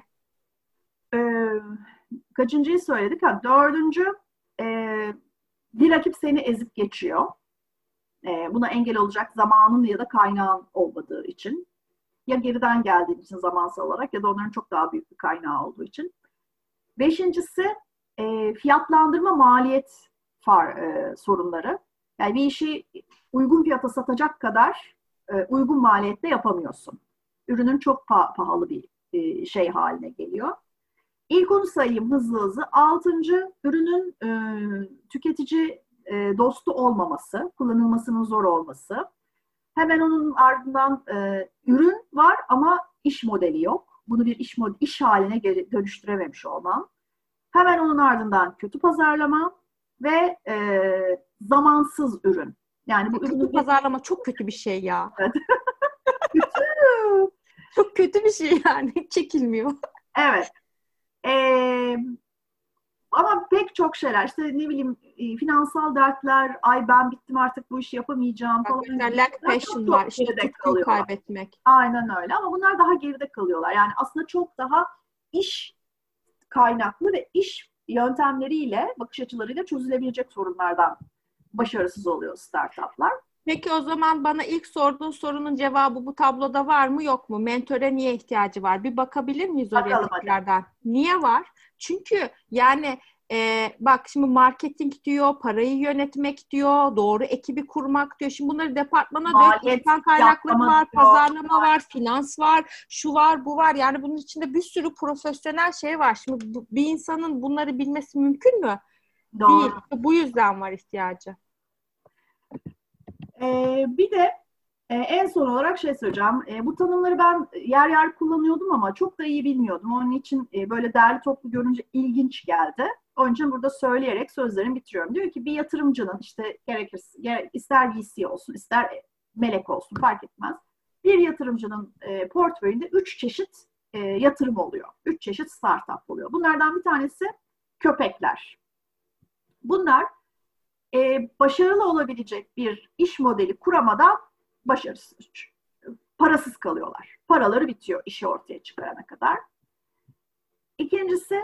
Kaçıncıyı söyledik? Dördüncü bir rakip seni ezip geçiyor. Buna engel olacak zamanın ya da kaynağın olmadığı için. Ya geriden geldiğin için zamansal olarak ya da onların çok daha büyük bir kaynağı olduğu için. Beşincisi fiyatlandırma maliyet sorunları. Yani bir işi uygun fiyata satacak kadar uygun maliyette yapamıyorsun. Ürünün çok pahalı bir şey haline geliyor. İlk onu sayayım hızlı. 6. ürünün tüketici dostu olmaması, kullanılmasının zor olması. Hemen onun ardından ürün var ama iş modeli yok. Bunu bir iş haline dönüştürememiş olman. Hemen onun ardından kötü pazarlama ve zamansız ürün. Yani bu kötü pazarlama çok kötü bir şey ya. Evet. Çok kötü bir şey yani. Çekilmiyor. Evet. Ama pek çok şeyler işte ne bileyim finansal dertler, ay ben bittim artık bu işi yapamayacağım falan. Lack passion var. İşte tutkuyu kaybetmek. Aynen öyle ama bunlar daha geride kalıyorlar. Yani aslında çok daha iş kaynaklı ve iş yöntemleriyle, bakış açılarıyla çözülebilecek sorunlardan başarısız oluyor startuplar. Peki o zaman bana ilk sorduğun sorunun cevabı bu tabloda var mı yok mu? Mentöre niye ihtiyacı var? Bir bakabilir miyiz oraya tekrardan? Niye var? Çünkü yani bak şimdi marketing diyor, parayı yönetmek diyor, doğru ekibi kurmak diyor. Şimdi bunları departmana dök, insan kaynakları var, diyor, pazarlama var, finans var, şu var, bu var. Yani bunun içinde bir sürü profesyonel şey var. Şimdi bir insanın bunları bilmesi mümkün mü? Doğru. Değil. Bu yüzden var ihtiyacı. Bir de en son olarak şey söyleyeceğim. Bu tanımları ben yer yer kullanıyordum ama çok da iyi bilmiyordum. Onun için böyle derli toplu görünce ilginç geldi. Onun için burada söyleyerek sözlerimi bitiriyorum. Diyor ki bir yatırımcının işte gerekirse ister VC olsun ister melek olsun fark etmez. Bir yatırımcının portföyünde 3 çeşit yatırım oluyor. 3 çeşit startup oluyor. Bunlardan bir tanesi köpekler. Bunlar başarılı olabilecek bir iş modeli kuramadan başarısız parasız kalıyorlar. Paraları bitiyor işi ortaya çıkarana kadar. İkincisi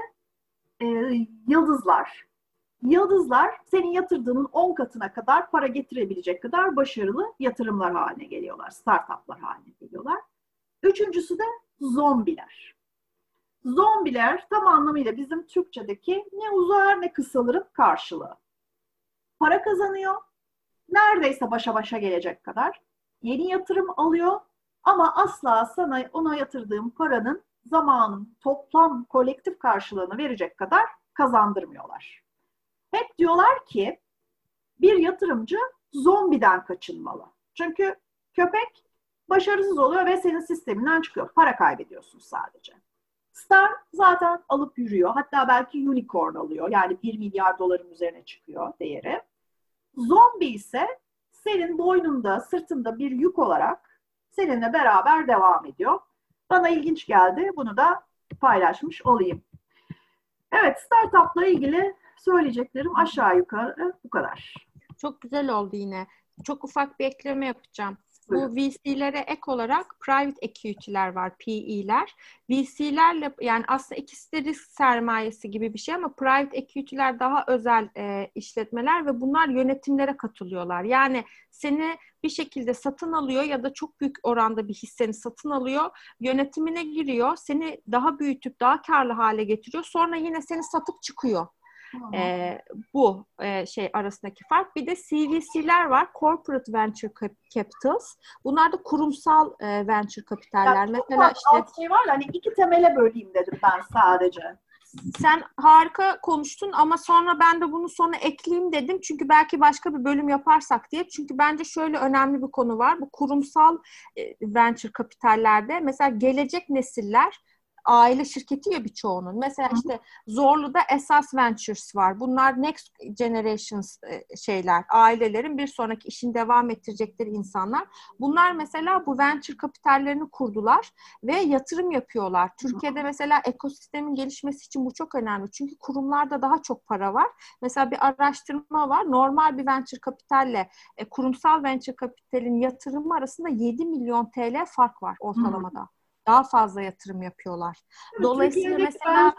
yıldızlar. Yıldızlar senin yatırdığının 10 katına kadar para getirebilecek kadar başarılı yatırımlar haline geliyorlar. Startuplar haline geliyorlar. Üçüncüsü de zombiler. Zombiler tam anlamıyla bizim Türkçedeki ne uzar ne kısalırın karşılığı. Para kazanıyor. Neredeyse başa başa gelecek kadar. Yeni yatırım alıyor. Ama asla sana ona yatırdığın paranın zamanın toplam kolektif karşılığını verecek kadar kazandırmıyorlar. Hep diyorlar ki bir yatırımcı zombiden kaçınmalı. Çünkü köpek başarısız oluyor ve senin sisteminden çıkıyor. Para kaybediyorsun sadece. Star zaten alıp yürüyor. Hatta belki unicorn alıyor. Yani 1 milyar doların üzerine çıkıyor değeri. Zombi ise senin boynunda, sırtında bir yük olarak seninle beraber devam ediyor. Bana ilginç geldi. Bunu da paylaşmış olayım. Evet, startup'la ilgili söyleyeceklerim aşağı yukarı bu kadar. Çok güzel oldu yine. Çok ufak bir ekleme yapacağım. Buyurun. Bu VC'lere ek olarak private equity'ler var, PE'ler. VC'lerle yani aslında ikisi de risk sermayesi gibi bir şey ama private equity'ler daha özel işletmeler ve bunlar yönetimlere katılıyorlar. Yani seni bir şekilde satın alıyor ya da çok büyük oranda bir hisseni satın alıyor, yönetimine giriyor, seni daha büyütüp daha karlı hale getiriyor. Sonra yine seni satıp çıkıyor. Bu şey arasındaki fark. Bir de CVC'ler var. Corporate Venture Capitals. Bunlar da kurumsal venture kapitaller. Yani mesela işte şey var ya, hani iki temele böleyim dedim ben sadece. sen harika konuştun ama sonra ben de bunu sonra ekleyeyim dedim. Çünkü belki başka bir bölüm yaparsak diye. Çünkü bence şöyle önemli bir konu var. Bu kurumsal venture kapitallerde mesela gelecek nesiller aile şirketi ya birçoğunun. Mesela işte Zorlu'da Esas Ventures var. Bunlar Next Generations şeyler. Ailelerin bir sonraki işini devam ettirecekleri insanlar. Bunlar mesela bu venture kapitallerini kurdular ve yatırım yapıyorlar. Türkiye'de mesela ekosistemin gelişmesi için bu çok önemli. Çünkü kurumlarda daha çok para var. Mesela bir araştırma var. Normal bir venture kapitalle kurumsal venture kapitalin yatırımı arasında 7 milyon TL fark var ortalamada. Daha fazla yatırım yapıyorlar. Evet, Dolayısıyla mesela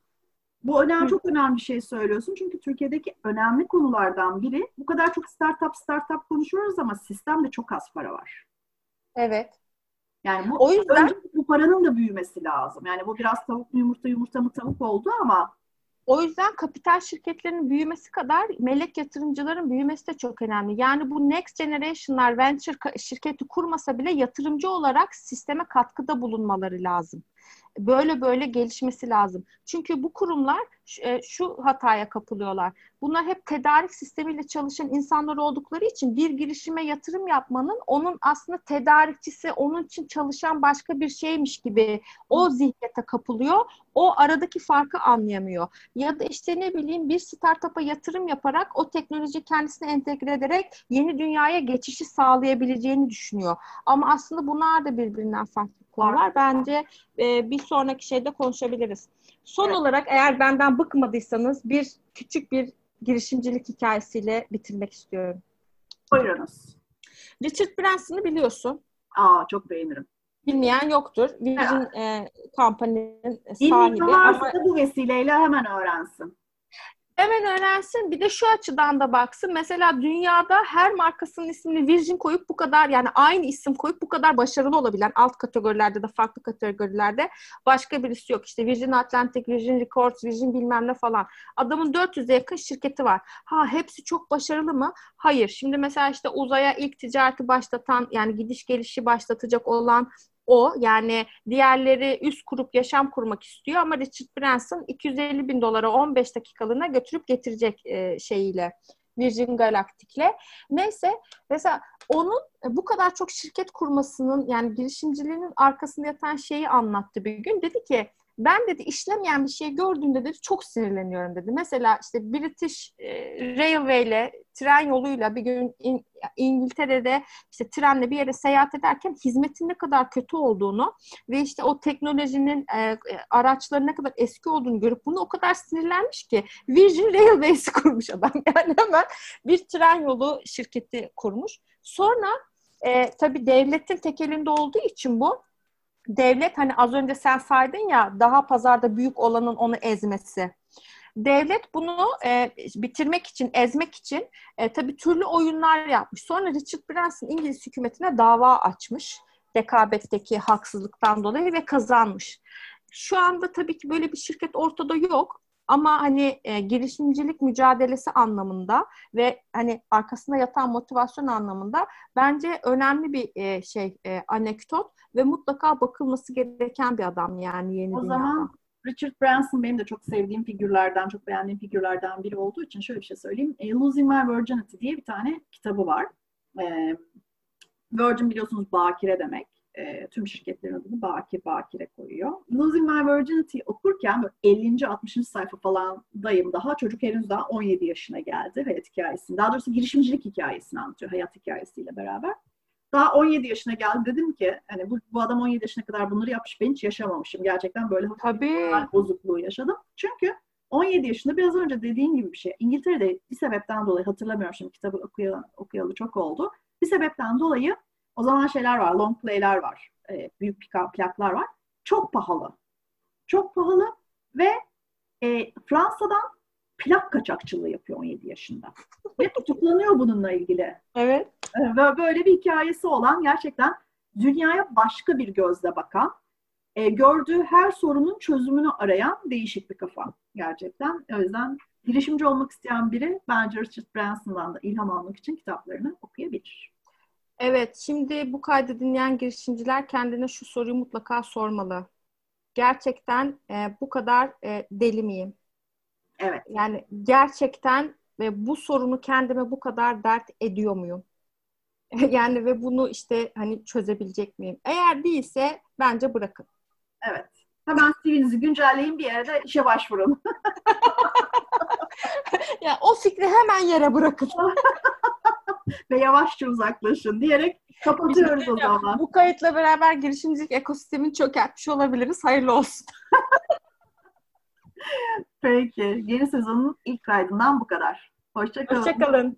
bu çok önemli bir şey söylüyorsun. Çünkü Türkiye'deki önemli konulardan biri, bu kadar çok startup konuşuyoruz ama sistemde çok az para var. evet. Yani O yüzden önce bu paranın da büyümesi lazım. Yani bu biraz tavuk mu yumurta, yumurta mı tavuk oldu ama o yüzden kapital şirketlerinin büyümesi kadar melek yatırımcıların büyümesi de çok önemli. Yani bu Next Generation'lar venture şirketi kurmasa bile yatırımcı olarak sisteme katkıda bulunmaları lazım. Böyle gelişmesi lazım. Çünkü bu kurumlar şu hataya kapılıyorlar. Bunlar hep tedarik sistemiyle çalışan insanlar oldukları için bir girişime yatırım yapmanın onun aslında tedarikçisi, onun için çalışan başka bir şeymiş gibi o zihniyete kapılıyor. O aradaki farkı anlayamıyor. Ya da işte ne bileyim bir startup'a yatırım yaparak o teknoloji kendisine entegre ederek yeni dünyaya geçişi sağlayabileceğini düşünüyor. Ama aslında bunlar da birbirinden farklı konular. Bence bir sonraki şeyde konuşabiliriz. Son olarak eğer benden bıkmadıysanız küçük bir girişimcilik hikayesiyle bitirmek istiyorum. buyurunuz. Richard Branson'ı biliyorsun. Çok beğenirim. Bilmeyen yoktur. Virgin Company'nin sahibi. Bilmeyen varsa da bu vesileyle hemen öğrensin. Hemen öğrensin. Bir de şu açıdan da baksın. Mesela dünyada her markasının ismini Virgin koyup bu kadar yani aynı isim koyup bu kadar başarılı olabilen alt kategorilerde de farklı kategorilerde başka birisi yok. İşte Virgin Atlantic, Virgin Records, Virgin bilmem ne falan. Adamın 400'e yakın şirketi var. Hepsi çok başarılı mı? Hayır. Şimdi mesela işte uzaya ilk ticareti başlatan yani gidiş gelişi başlatacak olan o yani diğerleri üst kurup yaşam kurmak istiyor ama Richard Branson 250 bin dolara 15 dakikalığına götürüp getirecek şeyiyle Virgin Galactic'le. Neyse mesela onun bu kadar çok şirket kurmasının yani girişimciliğinin arkasında yatan şeyi anlattı bir gün. Dedi ki ben dedi işlemeyen bir şey gördüğümde dedi çok sinirleniyorum dedi. Mesela işte British Railway ile tren yoluyla bir gün İngiltere'de işte trenle bir yere seyahat ederken hizmetin ne kadar kötü olduğunu ve işte o teknolojinin araçların ne kadar eski olduğunu görüp bunu o kadar sinirlenmiş ki Virgin Railways'i kurmuş adam. Yani hemen bir tren yolu şirketi kurmuş. Sonra Tabii devletin tek elinde olduğu için bu. Devlet hani az önce sen saydın ya daha pazarda büyük olanın onu ezmesi. Devlet bunu bitirmek için, ezmek için tabii türlü oyunlar yapmış. Sonra Richard Branson İngiliz hükümetine dava açmış. Rekabetteki haksızlıktan dolayı ve kazanmış. Şu anda tabii ki böyle bir şirket ortada yok. Ama hani girişimcilik mücadelesi anlamında ve hani arkasında yatan motivasyon anlamında bence önemli bir anekdot ve mutlaka bakılması gereken bir adam yani yeni O dünyada. zaman Richard Branson benim de çok sevdiğim figürlerden, çok beğendiğim figürlerden biri olduğu için şöyle bir şey söyleyeyim. Losing My Virginity diye bir tane kitabı var. Virgin biliyorsunuz bakire demek. Tüm şirketlerin adını bakire koyuyor. Losing My Virginity okurken 50. 60. sayfa falandayım daha. Çocuk henüz daha 17 yaşına geldi hayat hikayesini. Daha doğrusu girişimcilik hikayesini anlatıyor hayat hikayesiyle beraber. Daha 17 yaşına geldim. Dedim ki hani bu adam 17 yaşına kadar bunları yapmış. Ben hiç yaşamamışım. Gerçekten böyle Tabii. bozukluğu yaşadım. Çünkü 17 yaşında biraz önce dediğin gibi bir şey. İngiltere'de bir sebepten dolayı hatırlamıyorum şimdi kitabı okuyalı çok oldu. Bir sebepten dolayı o zaman şeyler var. Long play'ler var. Büyük plaklar var. Çok pahalı. Çok pahalı ve Fransa'dan plak kaçakçılığı yapıyor 17 yaşında. Ve tutuklanıyor bununla ilgili. Evet. Ve böyle bir hikayesi olan gerçekten dünyaya başka bir gözle bakan, gördüğü her sorunun çözümünü arayan değişik bir kafa gerçekten. O yüzden girişimci olmak isteyen biri bence Richard Branson'dan da ilham almak için kitaplarını okuyabilir. Evet, şimdi bu kaydı dinleyen girişimciler kendine şu soruyu mutlaka sormalı. Gerçekten bu kadar deli miyim? Evet. Yani gerçekten bu sorunu kendime bu kadar dert ediyor muyum? Yani ve bunu işte hani çözebilecek miyim? Eğer değilse bence bırakın. Evet. Hemen CV'nizi güncelleyin bir yere de işe başvurun. Ya o fikri hemen yere bırakın. Ve yavaşça uzaklaşın diyerek kapatıyoruz o zaman. Bu kayıtla beraber girişimcilik ekosistemini çökertmiş olabiliriz. Hayırlı olsun. Peki. Yeni sezonun ilk kaydından bu kadar. Hoşça kalın. Hoşça kalın.